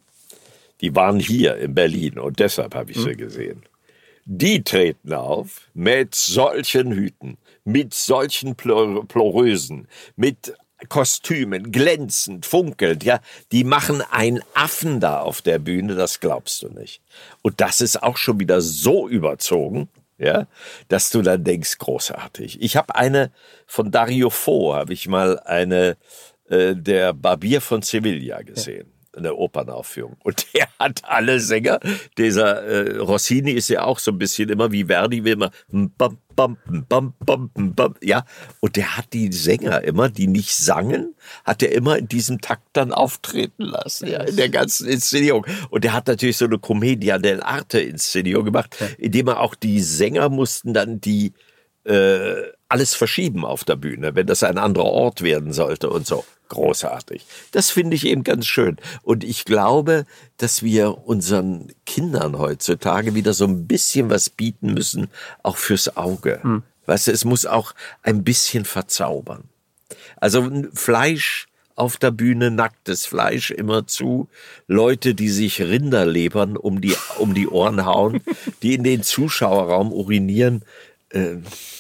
S4: die waren hier in Berlin und deshalb habe ich hm. sie gesehen. Die treten auf mit solchen Hüten, mit solchen Pleureusen, mit Kostümen, glänzend, funkelnd, ja. Die machen einen Affen da auf der Bühne, das glaubst du nicht. Und das ist auch schon wieder so überzogen, ja, dass du dann denkst, großartig. Ich habe eine von Dario Fo, habe ich mal eine, äh, der Barbier von Sevilla gesehen. Ja. Eine Opernaufführung. Und der hat alle Sänger, dieser äh, Rossini ist ja auch so ein bisschen immer wie Verdi, wie immer bam, bam, bam, bam, bam, ja. Und der hat die Sänger immer, die nicht sangen, hat er immer in diesem Takt dann auftreten lassen, ja, in der ganzen Inszenierung. Und der hat natürlich so eine Commedia dell'arte Inszenierung gemacht, ja. indem er auch die Sänger mussten dann die äh, alles verschieben auf der Bühne, wenn das ein anderer Ort werden sollte und so. Großartig. Das finde ich eben ganz schön. Und ich glaube, dass wir unseren Kindern heutzutage wieder so ein bisschen was bieten müssen, auch fürs Auge. Hm. Weißt du, es muss auch ein bisschen verzaubern. Also Fleisch auf der Bühne, nacktes Fleisch immerzu, Leute, die sich Rinderlebern um die, um die Ohren hauen, die in den Zuschauerraum urinieren. Äh,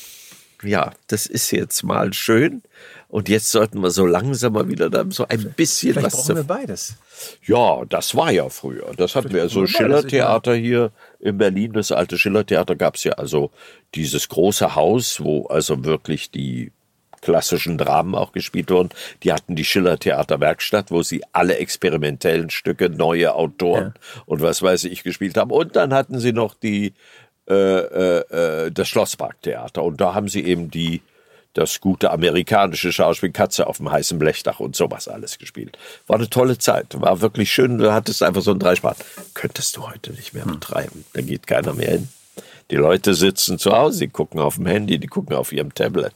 S4: ja, das ist jetzt mal schön. Und jetzt sollten wir so langsam mal wieder da so ein bisschen
S3: Vielleicht
S4: was
S3: brauchen
S4: zu...
S3: wir beides.
S4: Ja, das war ja früher. Das hatten wir so Schillertheater hier in Berlin. Das alte Schillertheater gab es ja also dieses große Haus, wo also wirklich die klassischen Dramen auch gespielt wurden. Die hatten die Schillertheaterwerkstatt, wo sie alle experimentellen Stücke, neue Autoren ja. und was weiß ich gespielt haben. Und dann hatten sie noch die äh, äh, das Schlossparktheater. Und da haben sie eben die das gute amerikanische Schauspiel Katze auf dem heißen Blechdach und sowas alles gespielt. War eine tolle Zeit, war wirklich schön. Du hattest einfach so ein Dreispart. Könntest du heute nicht mehr betreiben. Da geht keiner mehr hin. Die Leute sitzen zu Hause, die gucken auf dem Handy, die gucken auf ihrem Tablet.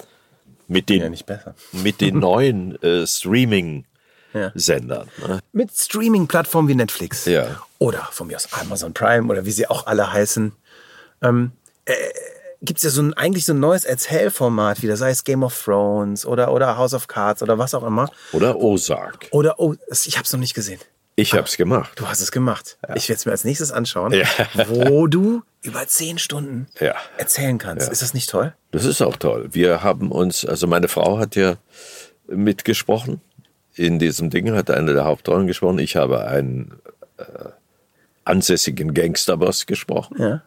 S4: Mit den,
S3: ja, nicht besser.
S4: mit den neuen äh, Streaming-Sendern.
S3: Ja.
S4: Ne?
S3: Mit Streaming-Plattformen wie Netflix.
S4: Ja.
S3: Oder von mir aus Amazon Prime oder wie sie auch alle heißen. Ähm, äh, gibt es ja so ein, eigentlich so ein neues Erzählformat wieder, sei es Game of Thrones oder, oder House of Cards oder was auch immer.
S4: Oder Ozark.
S3: Oder, oh, ich habe es noch nicht gesehen.
S4: Ich habe es gemacht.
S3: Du hast es gemacht. Ja. Ich werde es mir als nächstes anschauen,
S4: ja.
S3: wo du über zehn Stunden
S4: ja.
S3: erzählen kannst. Ja. Ist das nicht toll?
S4: Das ist auch toll. Wir haben uns, also meine Frau hat ja mitgesprochen in diesem Ding, hat eine der Hauptrollen gesprochen. Ich habe einen äh, ansässigen Gangsterboss gesprochen.
S3: Ja.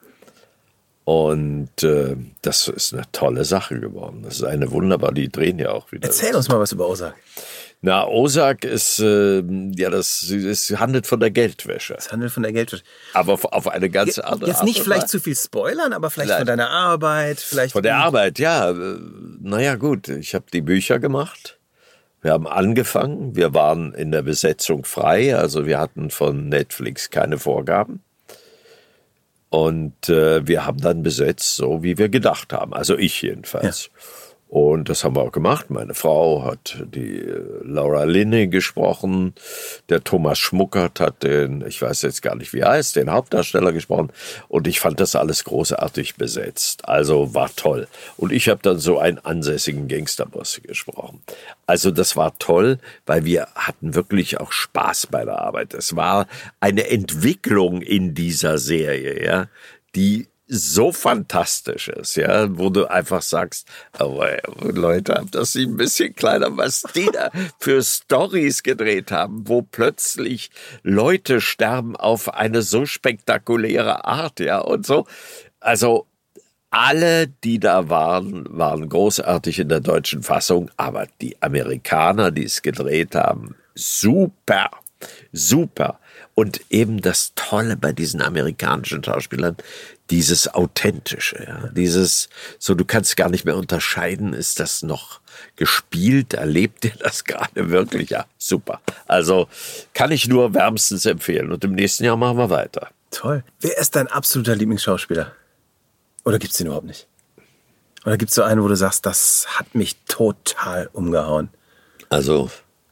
S4: Und äh, das ist eine tolle Sache geworden. Das ist eine wunderbar, die drehen ja auch wieder.
S3: Erzähl uns mal was über Ozark.
S4: Na, Ozark ist, äh, ja, das, es handelt von der Geldwäsche.
S3: Es handelt von der Geldwäsche.
S4: Aber auf, auf eine ganz andere Art.
S3: Jetzt nicht vielleicht zu viel spoilern, aber vielleicht, vielleicht von deiner Arbeit. Vielleicht
S4: von der Arbeit, ja. Naja, gut, ich habe die Bücher gemacht. Wir haben angefangen. Wir waren in der Besetzung frei. Also wir hatten von Netflix keine Vorgaben. Und äh, wir haben dann besetzt, so wie wir gedacht haben. Also ich jedenfalls. Ja. Und das haben wir auch gemacht. Meine Frau hat die Laura Linney gesprochen. Der Thomas Schmuckert hat den, ich weiß jetzt gar nicht, wie er heißt, den Hauptdarsteller gesprochen. Und ich fand das alles großartig besetzt. Also war toll. Und ich habe dann so einen ansässigen Gangsterboss gesprochen. Also das war toll, weil wir hatten wirklich auch Spaß bei der Arbeit. Es war eine Entwicklung in dieser Serie, ja, die so fantastisch ist, ja, wo du einfach sagst, aber Leute, habt das ein bisschen kleiner, was die da für Storys gedreht haben, wo plötzlich Leute sterben auf eine so spektakuläre Art, ja, und so. Also alle, die da waren, waren großartig in der deutschen Fassung, aber die Amerikaner, die es gedreht haben, super, super. Und eben das Tolle bei diesen amerikanischen Schauspielern, dieses Authentische, ja, dieses, so du kannst gar nicht mehr unterscheiden, ist das noch gespielt, erlebt ihr das gerade wirklich? Ja, super. Also kann ich nur wärmstens empfehlen und im nächsten Jahr machen wir weiter.
S3: Toll. Wer ist dein absoluter Lieblingsschauspieler? Oder gibt's den überhaupt nicht? Oder gibt's so einen, wo du sagst, das hat mich total umgehauen?
S4: Also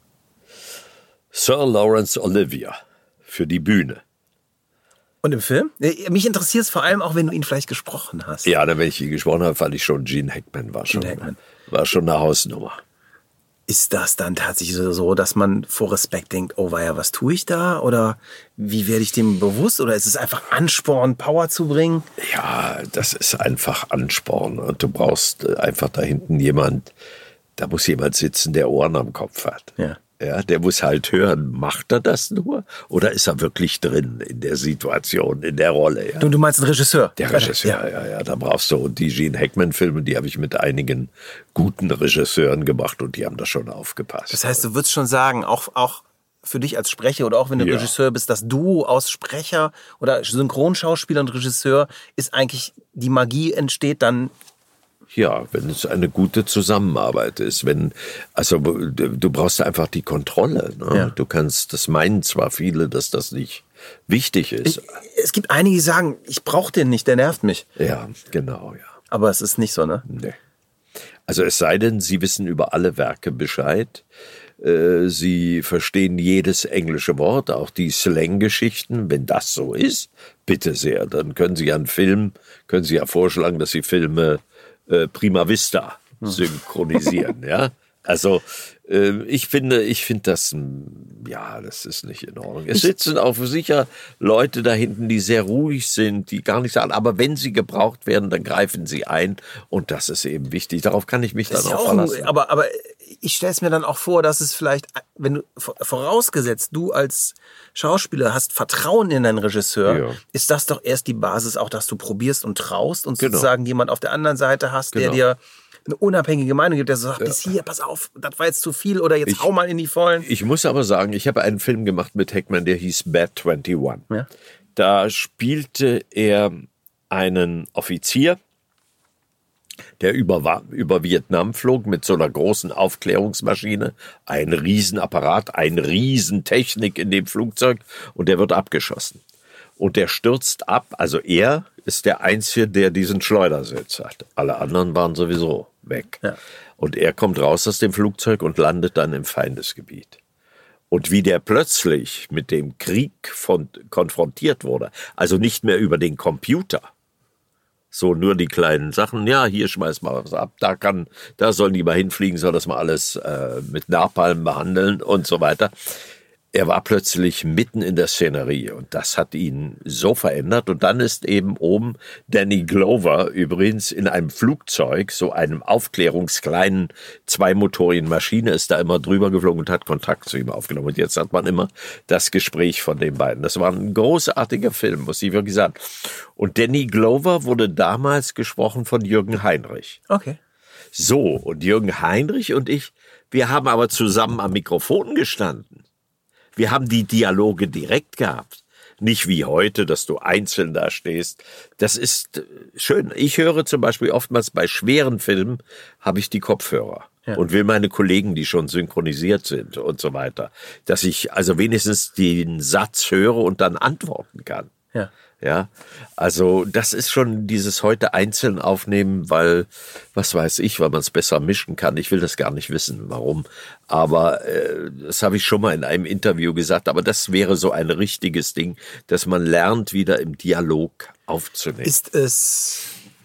S4: Sir Laurence Olivier für die Bühne.
S3: Und im Film? Mich interessiert es vor allem auch, wenn du ihn vielleicht gesprochen hast.
S4: Ja, wenn ich ihn gesprochen habe, fand ich schon, Gene Hackman war schon, Gene Hackman. War schon eine Hausnummer.
S3: Ist das dann tatsächlich so, dass man vor Respekt denkt, oh weia, was tue ich da? Oder wie werde ich dem bewusst? Oder ist es einfach Ansporn, Power zu bringen?
S4: Ja, das ist einfach Ansporn. Und du brauchst einfach da hinten jemand, da muss jemand sitzen, der Ohren am Kopf hat.
S3: Ja.
S4: Ja, der muss halt hören, macht er das nur? Oder ist er wirklich drin in der Situation, in der Rolle? Ja?
S3: Du, du meinst den Regisseur?
S4: Der Regisseur, ja, ja, ja, da brauchst du. Und die Gene Hackman-Filme, die habe ich mit einigen guten Regisseuren gemacht und die haben da schon aufgepasst.
S3: Das heißt, du würdest schon sagen, auch, auch für dich als Sprecher oder auch wenn du ja. Regisseur bist, das Duo aus Sprecher oder Synchronschauspieler und Regisseur ist eigentlich, die Magie entsteht dann.
S4: Ja, wenn es eine gute Zusammenarbeit ist, wenn, also du brauchst einfach die Kontrolle. Ne? Ja. Du kannst, das meinen zwar viele, dass das nicht wichtig ist.
S3: Ich, es gibt einige, die sagen, ich brauche den nicht, der nervt mich.
S4: Ja, genau, ja.
S3: Aber es ist nicht so, ne?
S4: Nee. Also es sei denn, sie wissen über alle Werke Bescheid. Äh, sie verstehen jedes englische Wort, auch die Slang-Geschichten. Wenn das so ist, bitte sehr, dann können sie ja einen Film, können sie ja vorschlagen, dass sie Filme Äh, Prima Vista synchronisieren, ja. Also äh, ich finde, ich finde das, ja, das ist nicht in Ordnung. Es sitzen auch sicher Leute da hinten, die sehr ruhig sind, die gar nicht sagen, aber wenn sie gebraucht werden, dann greifen sie ein und das ist eben wichtig. Darauf kann ich mich dann auch, auch verlassen.
S3: Aber, aber ich stelle es mir dann auch vor, dass es vielleicht, wenn du, vorausgesetzt, du als Schauspieler hast Vertrauen in deinen Regisseur, ja. ist das doch erst die Basis auch, dass du probierst und traust und genau. sozusagen jemand auf der anderen Seite hast, genau. der dir eine unabhängige Meinung gibt, der sagt, bis hier, pass auf, das war jetzt zu viel oder jetzt ich, hau mal in die Vollen.
S4: Ich muss aber sagen, ich habe einen Film gemacht mit Hackman, der hieß Bad einundzwanzig. Ja. Da spielte er einen Offizier, der über, über Vietnam flog mit so einer großen Aufklärungsmaschine, ein Riesenapparat, eine Riesentechnik in dem Flugzeug und der wird abgeschossen. Und der stürzt ab, also er ist der Einzige, der diesen Schleudersitz hat. Alle anderen waren sowieso weg. Ja. Und er kommt raus aus dem Flugzeug und landet dann im Feindesgebiet. Und wie der plötzlich mit dem Krieg von, konfrontiert wurde, also nicht mehr über den Computer, so nur die kleinen Sachen, ja, hier schmeißt mal was ab, da kann, da sollen die mal hinfliegen, soll das mal alles äh, mit Napalm behandeln und so weiter. Er war plötzlich mitten in der Szenerie und das hat ihn so verändert. Und dann ist eben oben Danny Glover übrigens in einem Flugzeug, so einem aufklärungskleinen zweimotorigen Maschine, ist da immer drüber geflogen und hat Kontakt zu ihm aufgenommen. Und jetzt hat man immer das Gespräch von den beiden. Das war ein großartiger Film, muss ich wirklich sagen. Und Danny Glover wurde damals gesprochen von Jürgen Heinrich.
S3: Okay.
S4: So, und Jürgen Heinrich und ich, wir haben aber zusammen am Mikrofon gestanden. Wir haben die Dialoge direkt gehabt. Nicht wie heute, dass du einzeln da stehst. Das ist schön. Ich höre zum Beispiel oftmals bei schweren Filmen, habe ich die Kopfhörer. Ja. Und will meine Kollegen, die schon synchronisiert sind und so weiter, dass ich also wenigstens den Satz höre und dann antworten kann.
S3: Ja.
S4: Ja, also das ist schon dieses heute einzeln aufnehmen, weil, was weiß ich, weil man es besser mischen kann. Ich will das gar nicht wissen, warum. Aber äh, das habe ich schon mal in einem Interview gesagt. Aber das wäre so ein richtiges Ding, dass man lernt, wieder im Dialog aufzunehmen.
S3: Ist es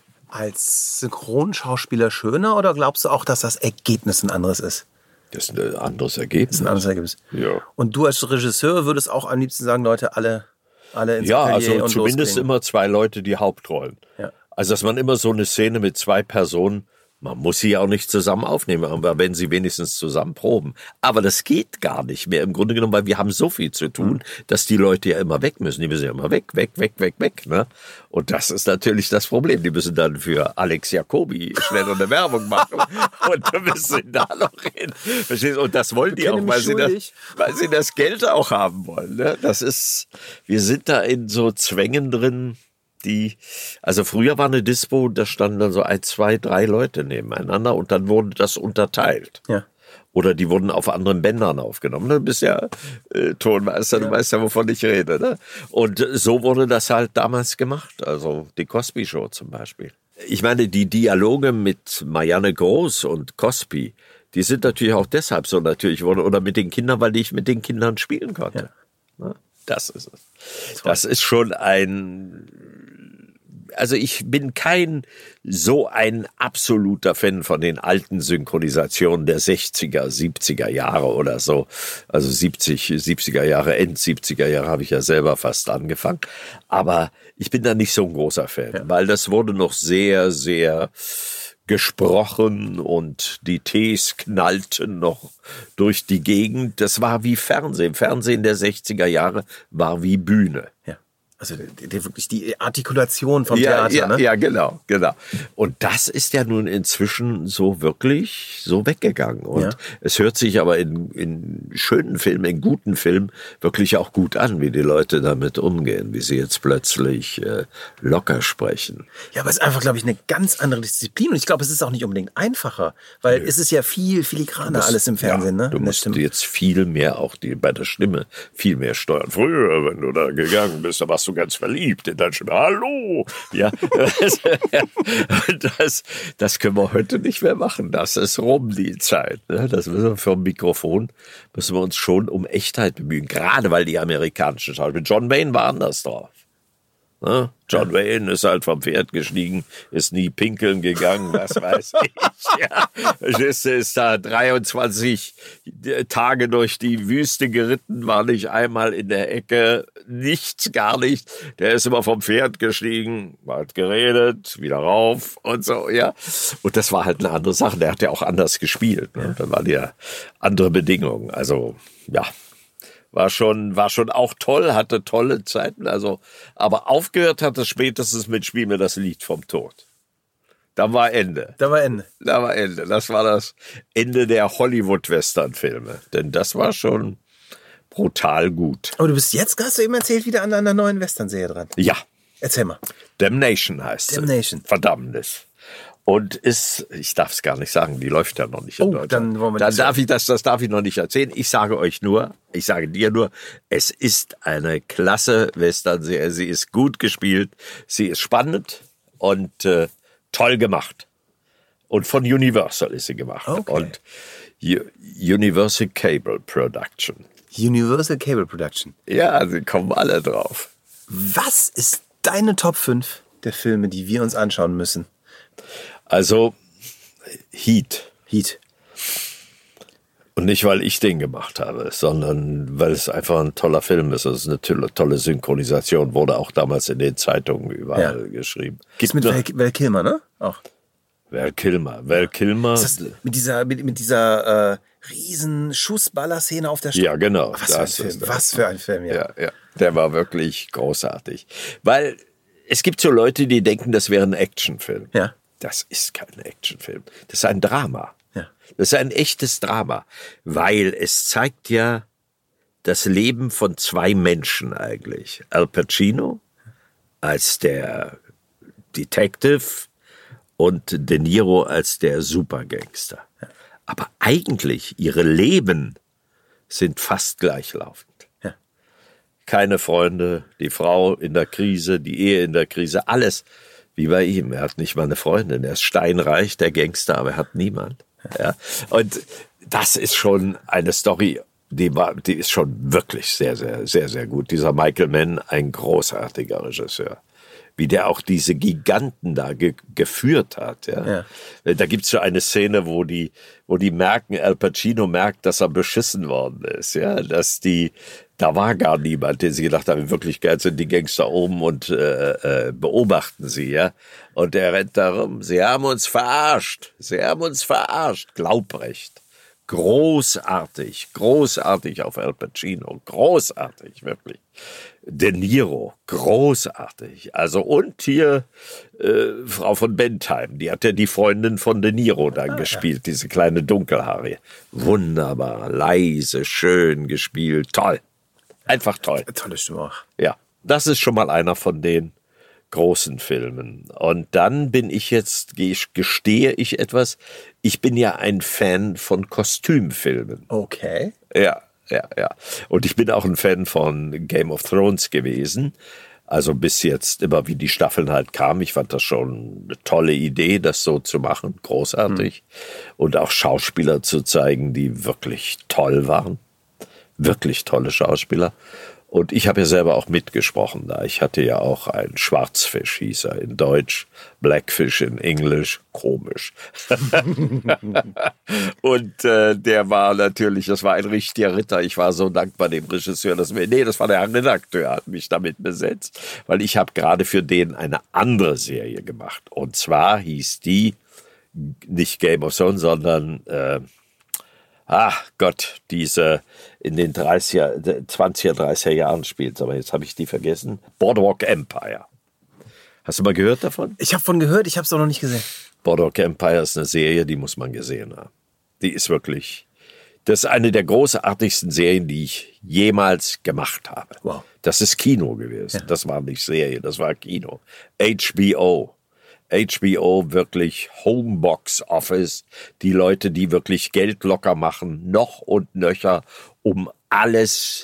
S3: als Synchronschauspieler schöner oder glaubst du auch, dass das Ergebnis ein anderes ist?
S4: Das ist ein anderes Ergebnis.
S3: Das ist ein anderes Ergebnis.
S4: Ja.
S3: Und du als Regisseur würdest auch am liebsten sagen, Leute, alle... Alle ins
S4: Ja,
S3: Atelier
S4: also
S3: und
S4: zumindest
S3: loslegen.
S4: immer zwei Leute, die Hauptrollen.
S3: Ja.
S4: Also dass man immer so eine Szene mit zwei Personen, man muss sie ja auch nicht zusammen aufnehmen, aber wenn sie wenigstens zusammen proben. Aber das geht gar nicht mehr im Grunde genommen, weil wir haben so viel zu tun, mhm. dass die Leute ja immer weg müssen. Die müssen ja immer weg, weg, weg, weg, weg. Ne? Und das ist natürlich das Problem. Die müssen dann für Alex Jacobi schnell eine Werbung machen und dann müssen sie da noch hin. Verstehst du? Und das wollen die auch, weil sie, das, weil sie das Geld auch haben wollen. Ne? Das ist, wir sind da in so Zwängen drin, die, also früher war eine Dispo, da standen dann so ein, zwei, drei Leute nebeneinander und dann wurde das unterteilt.
S3: Ja.
S4: Oder die wurden auf anderen Bändern aufgenommen. Du bist ja äh, Tonmeister, ja. Du weißt ja, wovon ich rede. Ne? Und so wurde das halt damals gemacht. Also die Cosby Show zum Beispiel. Ich meine, die Dialoge mit Marianne Groß und Cosby, die sind natürlich auch deshalb so natürlich worden. Oder mit den Kindern, weil ich mit den Kindern spielen konnte. Ja. Ne? Das ist es. Das ist schon ein... Also ich bin kein so ein absoluter Fan von den alten Synchronisationen der sechziger, siebziger Jahre oder so. Also siebzig, siebziger Jahre, End siebziger Jahre habe ich ja selber fast angefangen. Aber ich bin da nicht so ein großer Fan, ja. Weil das wurde noch sehr, sehr gesprochen und die Ts knallten noch durch die Gegend. Das war wie Fernsehen. Fernsehen der sechziger Jahre war wie Bühne.
S3: Ja. Also die, die, wirklich die Artikulation vom
S4: ja,
S3: Theater,
S4: ja,
S3: ne?
S4: Ja, genau, genau. Und das ist ja nun inzwischen so wirklich so weggegangen. Und
S3: ja.
S4: Es hört sich aber in, in schönen Filmen, in guten Filmen wirklich auch gut an, wie die Leute damit umgehen, wie sie jetzt plötzlich äh, locker sprechen.
S3: Ja, aber es ist einfach, glaube ich, eine ganz andere Disziplin. Und ich glaube, es ist auch nicht unbedingt einfacher, weil nee. Es ist ja viel filigraner
S4: das,
S3: alles im Fernsehen.
S4: Ja,
S3: ne?
S4: Du musst jetzt viel mehr auch die, bei der Stimme viel mehr steuern. Früher, wenn du da gegangen bist, da warst du ganz verliebt in deine Stimme. Hallo! Ja, das, das können wir heute nicht mehr machen. Das ist rum, die Zeit. Das müssen wir vom Mikrofon, müssen wir uns schon um Echtheit bemühen. Gerade weil die amerikanischen Schauspieler, John Wayne war anders drauf. John Wayne ist halt vom Pferd gestiegen, ist nie pinkeln gegangen, was weiß ich. Ja, ist, ist da dreiundzwanzig Tage durch die Wüste geritten, war nicht einmal in der Ecke, nichts, gar nicht. Der ist immer vom Pferd gestiegen, hat geredet, wieder rauf und so, ja. Und das war halt eine andere Sache. Der hat ja auch anders gespielt. Ne? Da waren ja andere Bedingungen. Also, ja. War schon, war schon auch toll, hatte tolle Zeiten, also, aber aufgehört hat es spätestens mit Spiel mir das Lied vom Tod. Da war Ende.
S3: Da war Ende.
S4: Da war Ende. Das war das Ende der Hollywood-Western-Filme. Denn das war schon brutal gut.
S3: Aber du bist jetzt, hast du eben erzählt, wieder an einer neuen Western-Serie dran.
S4: Ja.
S3: Erzähl mal.
S4: Damnation heißt
S3: Damnation.
S4: sie. Verdammnis. Und ist, ich darf es gar nicht sagen, die läuft ja noch nicht in
S3: oh,
S4: Deutschland.
S3: Dann wollen wir
S4: dann
S3: nicht
S4: darf ich das, das darf ich noch nicht erzählen. Ich sage euch nur, ich sage dir nur, es ist eine klasse Western-Serie. Sie ist gut gespielt, sie ist spannend und äh, toll gemacht. Und von Universal ist sie gemacht.
S3: Okay.
S4: Und U- Universal Cable Production.
S3: Universal Cable Production.
S4: Ja, sie kommen alle drauf.
S3: Was ist deine Top fünf der Filme, die wir uns anschauen müssen?
S4: Also, Heat.
S3: Heat.
S4: Und nicht, weil ich den gemacht habe, sondern weil es einfach ein toller Film ist. Es ist eine tolle Synchronisation, wurde auch damals in den Zeitungen überall ja. geschrieben.
S3: Gibt mit Val, Val Kilmer, ne? Auch.
S4: Val Kilmer. Val Kilmer.
S3: Ist das mit dieser, mit, mit dieser äh, riesen Schussballer-Szene auf der Straße?
S4: Ja, genau.
S3: Was für ein Film, was für ein Film, ja.
S4: ja. Ja, der war wirklich großartig. Weil es gibt so Leute, die denken, das wäre ein Actionfilm.
S3: Ja.
S4: Das ist kein Actionfilm. Das ist ein Drama.
S3: Ja.
S4: Das ist ein echtes Drama. Weil es zeigt ja das Leben von zwei Menschen eigentlich. Al Pacino als der Detective und De Niro als der Supergangster. Ja. Aber eigentlich ihre Leben sind fast gleichlaufend.
S3: Ja.
S4: keine Freunde, die Frau in der Krise, die Ehe in der Krise, alles wie bei ihm. Er hat nicht mal eine Freundin, er ist steinreich, der Gangster, aber er hat niemand. Ja. Und das ist schon eine Story, die war, die ist schon wirklich sehr, sehr, sehr, sehr gut. Dieser Michael Mann, ein großartiger Regisseur. Wie der auch diese Giganten da ge- geführt hat. Ja. Ja. Da gibt's so eine Szene, wo die, wo die merken, Al Pacino merkt, dass er beschissen worden ist. Ja, dass die, da war gar niemand, der sie gedacht haben, in Wirklichkeit sind die Gangster oben und äh, äh, beobachten sie. Ja, und er rennt darum. Sie haben uns verarscht. Sie haben uns verarscht. Glaubrecht. Großartig, großartig auf Al Pacino, großartig, wirklich. De Niro, großartig. Also und hier äh, Frau von Bentheim, die hat ja die Freundin von De Niro dann ah, gespielt, ja. Diese kleine Dunkelhaarige. Wunderbar, leise, schön gespielt, toll. Einfach toll.
S3: Tolle Stimme auch.
S4: Ja, das ist schon mal einer von den großen Filmen. Und dann bin ich jetzt, gestehe ich etwas, ich bin ja ein Fan von Kostümfilmen.
S3: Okay.
S4: Ja, ja, ja. Und ich bin auch ein Fan von Game of Thrones gewesen. Also bis jetzt immer, wie die Staffeln halt kamen. Ich fand das schon eine tolle Idee, das so zu machen. Großartig. Hm. Und auch Schauspieler zu zeigen, die wirklich toll waren. Wirklich tolle Schauspieler. Und ich habe ja selber auch mitgesprochen da. Ich hatte ja auch einen Schwarzfisch, hieß er in Deutsch, Blackfish in Englisch, komisch. Und äh, der war natürlich, das war ein richtiger Ritter. Ich war so dankbar dem Regisseur, dass mir, nee, das war der Redakteur, hat mich damit besetzt, weil ich habe gerade für den eine andere Serie gemacht. Und zwar hieß die nicht Game of Thrones, sondern äh, Ach Gott, diese in den dreißiger, zwanziger, dreißiger Jahren spielt, aber jetzt habe ich die vergessen. Boardwalk Empire. Hast du mal gehört davon?
S3: Ich habe von gehört, ich habe es auch noch nicht gesehen.
S4: Boardwalk Empire ist eine Serie, die muss man gesehen haben. Die ist wirklich, das ist eine der großartigsten Serien, die ich jemals gemacht habe.
S3: Wow.
S4: Das ist Kino gewesen. Ja. Das war nicht Serie, das war Kino. H B O. H B O wirklich Homebox Office, die Leute, die wirklich Geld locker machen, noch und nöcher, um alles,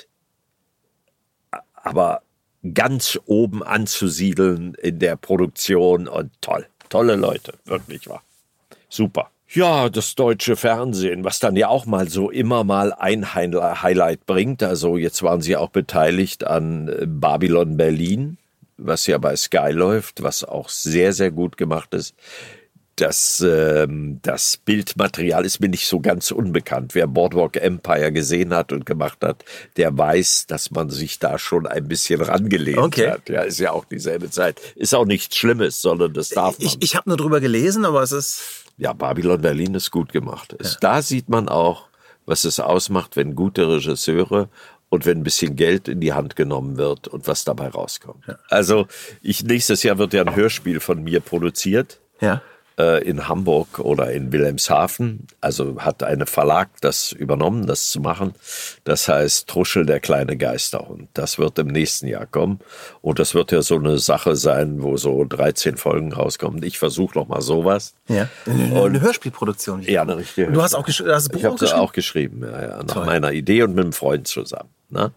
S4: aber ganz oben anzusiedeln in der Produktion und toll, tolle Leute, wirklich wahr. Super. Ja, das deutsche Fernsehen, was dann ja auch mal so immer mal ein Highlight bringt, also jetzt waren sie auch beteiligt an Babylon Berlin, was ja bei Sky läuft, was auch sehr, sehr gut gemacht ist. Das, ähm, das Bildmaterial ist mir nicht so ganz unbekannt. Wer Boardwalk Empire gesehen hat und gemacht hat, der weiß, dass man sich da schon ein bisschen rangelehnt
S3: okay.
S4: hat. Ja, ist ja auch dieselbe Zeit. Ist auch nichts Schlimmes, sondern das darf man.
S3: Ich, ich habe nur drüber gelesen, aber es ist...
S4: Ja, Babylon Berlin ist gut gemacht. Ja. Da sieht man auch, was es ausmacht, wenn gute Regisseure und wenn ein bisschen Geld in die Hand genommen wird und was dabei rauskommt. Ja. Also ich, nächstes Jahr wird ja ein Hörspiel von mir produziert.
S3: Ja.
S4: Äh, in Hamburg oder in Wilhelmshaven. Also hat ein Verlag das übernommen, das zu machen. Das heißt Truschel, der kleine Geisterhund. Das wird im nächsten Jahr kommen. Und das wird ja so eine Sache sein, wo so dreizehn Folgen rauskommen. Ich versuche noch mal sowas.
S3: Ja. Eine, eine Hörspielproduktion.
S4: Ja, eine richtige.
S3: Du hast auch gesch- hast das Buch
S4: ich
S3: auch
S4: habe
S3: geschrieben?
S4: auch geschrieben, ja, ja, nach Toll. meiner Idee und mit einem Freund zusammen. Ne?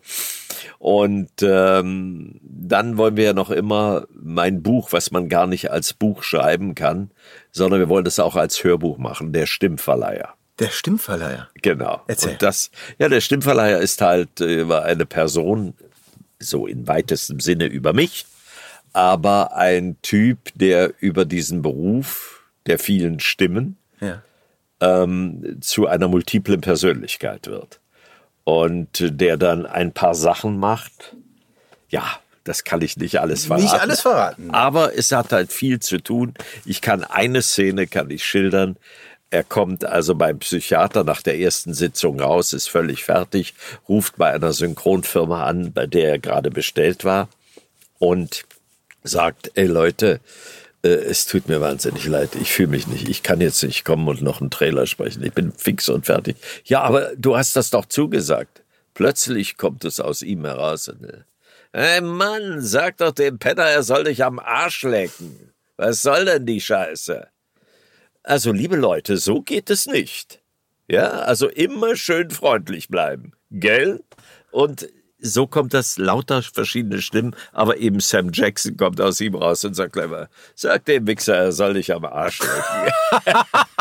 S4: Und ähm, dann wollen wir ja noch immer mein Buch, was man gar nicht als Buch schreiben kann, sondern wir wollen das auch als Hörbuch machen, der Stimmverleiher.
S3: Der Stimmverleiher?
S4: Genau.
S3: Erzähl.
S4: Und das, ja, der Stimmverleiher ist halt äh, eine Person, so in weitestem Sinne über mich, aber ein Typ, der über diesen Beruf der vielen Stimmen
S3: ja.
S4: ähm, zu einer multiplen Persönlichkeit wird. Und der dann ein paar Sachen macht. Ja, das kann ich nicht alles verraten.
S3: Nicht alles verraten.
S4: Aber es hat halt viel zu tun. Ich kann eine Szene, kann ich schildern. Er kommt also beim Psychiater nach der ersten Sitzung raus, ist völlig fertig, ruft bei einer Synchronfirma an, bei der er gerade bestellt war und sagt, ey Leute, es tut mir wahnsinnig leid, ich fühle mich nicht, ich kann jetzt nicht kommen und noch einen Trailer sprechen, ich bin fix und fertig. Ja, aber du hast das doch zugesagt. Plötzlich kommt es aus ihm heraus. Und, hey Mann, sag doch dem Penner, er soll dich am Arsch lecken. Was soll denn die Scheiße? Also, liebe Leute, so geht es nicht. Ja, also immer schön freundlich bleiben, gell? Und so kommt das, lauter verschiedene Stimmen, aber eben Sam Jackson kommt aus ihm raus und sagt gleich mal, sag dem Wichser, er soll dich am Arsch lecken.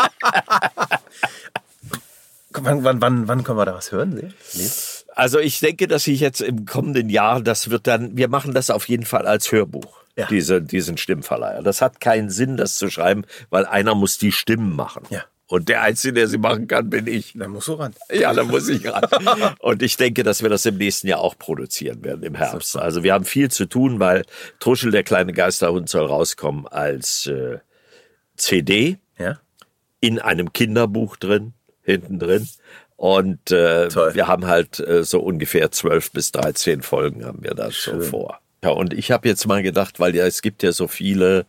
S3: wann, wann, wann, wann können wir da was hören? Nee.
S4: Also ich denke, dass ich jetzt im kommenden Jahr, das wird dann, wir machen das auf jeden Fall als Hörbuch, ja. diese, diesen Stimmverleiher. Das hat keinen Sinn, das zu schreiben, weil einer muss die Stimmen machen.
S3: Ja.
S4: Und der Einzige, der sie machen kann, bin ich.
S3: Da musst du ran.
S4: Ja, da muss ich ran. Und ich denke, dass wir das im nächsten Jahr auch produzieren werden, im Herbst. Also wir haben viel zu tun, weil Truschel, der kleine Geisterhund, soll rauskommen als äh, C D,
S3: ja.
S4: in einem Kinderbuch drin, hinten drin. Und äh, wir haben halt äh, so ungefähr zwölf bis dreizehn Folgen haben wir da so vor. Ja, und ich habe jetzt mal gedacht, weil ja es gibt ja so viele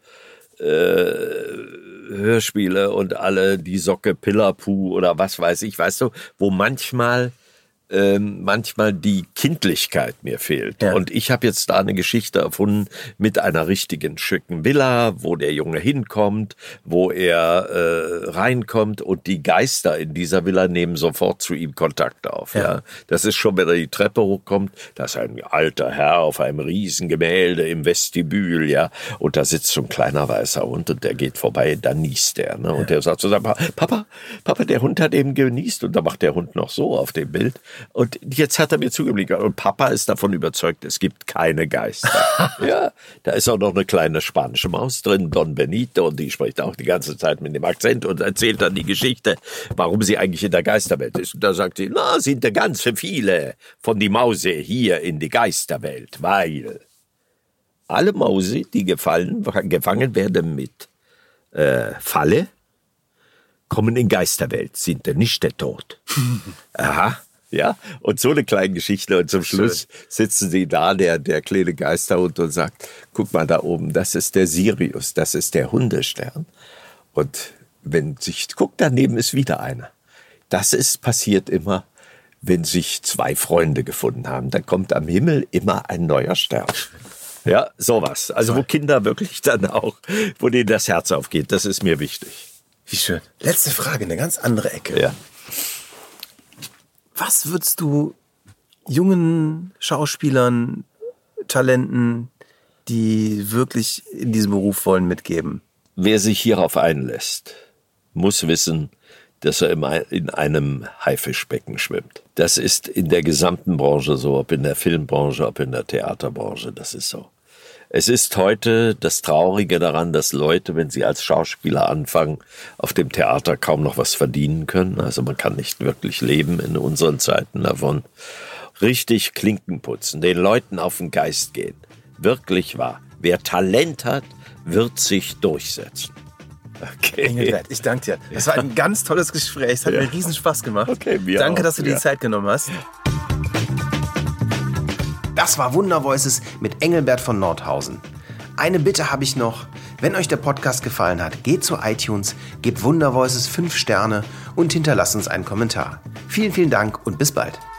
S4: äh, Hörspiele und alle die Socke Pillerpuh oder was weiß ich, weißt du, wo manchmal ähm, manchmal die Kindlichkeit mir fehlt. Ja. Und ich habe jetzt da eine Geschichte erfunden mit einer richtigen schicken Villa, wo der Junge hinkommt, wo er äh, reinkommt und die Geister in dieser Villa nehmen sofort zu ihm Kontakt auf. Ja. Ja. Das ist schon, wenn er die Treppe hochkommt, da ist ein alter Herr auf einem Riesengemälde im Vestibül, ja, und da sitzt so ein kleiner weißer Hund und der geht vorbei, dann niest der, ne? Und ja. der sagt zu seinem Papa, Papa, der Hund hat eben genießt und da macht der Hund noch so auf dem Bild. Und jetzt hat er mir zugeblickt. Und Papa ist davon überzeugt, es gibt keine Geister. Ja, da ist auch noch eine kleine spanische Maus drin, Don Benito, und die spricht auch die ganze Zeit mit dem Akzent und erzählt dann die Geschichte, warum sie eigentlich in der Geisterwelt ist. Und da sagt sie, na, sind da ganz viele von die Mause hier in die Geisterwelt, weil alle Mause, die gefallen, gefangen werden mit äh, Falle, kommen in Geisterwelt, sind denn nicht der Tod. Aha. Ja, und so eine kleine Geschichte. Und zum Schluss sitzen sie da, der, der kleine Geisterhund, und sagt, guck mal da oben, das ist der Sirius, das ist der Hundestern. Und wenn sich, guck, daneben ist wieder einer. Das ist passiert immer, wenn sich zwei Freunde gefunden haben. Dann kommt am Himmel immer ein neuer Stern. Ja, sowas. Also wo Kinder wirklich dann auch, wo denen das Herz aufgeht, das ist mir wichtig.
S3: Wie schön. Letzte Frage, eine ganz andere Ecke.
S4: Ja.
S3: Was würdest du jungen Schauspielern, Talenten, die wirklich in diesem Beruf wollen, mitgeben?
S4: Wer sich hierauf einlässt, muss wissen, dass er in einem Haifischbecken schwimmt. Das ist in der gesamten Branche so, ob in der Filmbranche, ob in der Theaterbranche, das ist so. Es ist heute das Traurige daran, dass Leute, wenn sie als Schauspieler anfangen, auf dem Theater kaum noch was verdienen können. Also man kann nicht wirklich leben in unseren Zeiten davon. Richtig Klinken putzen, den Leuten auf den Geist gehen. Wirklich wahr. Wer Talent hat, wird sich durchsetzen.
S3: Okay. Engelbert, ich danke dir. Das war ein ganz tolles Gespräch. Es hat ja. mir riesen Spaß gemacht.
S4: Okay, mir
S3: danke,
S4: auch.
S3: dass du dir
S4: ja.
S3: die Zeit genommen hast.
S2: Das war Wundervoices mit Engelbert von Nordhausen. Eine Bitte habe ich noch. Wenn euch der Podcast gefallen hat, geht zu iTunes, gebt Wundervoices fünf Sterne und hinterlasst uns einen Kommentar. Vielen, vielen Dank und bis bald.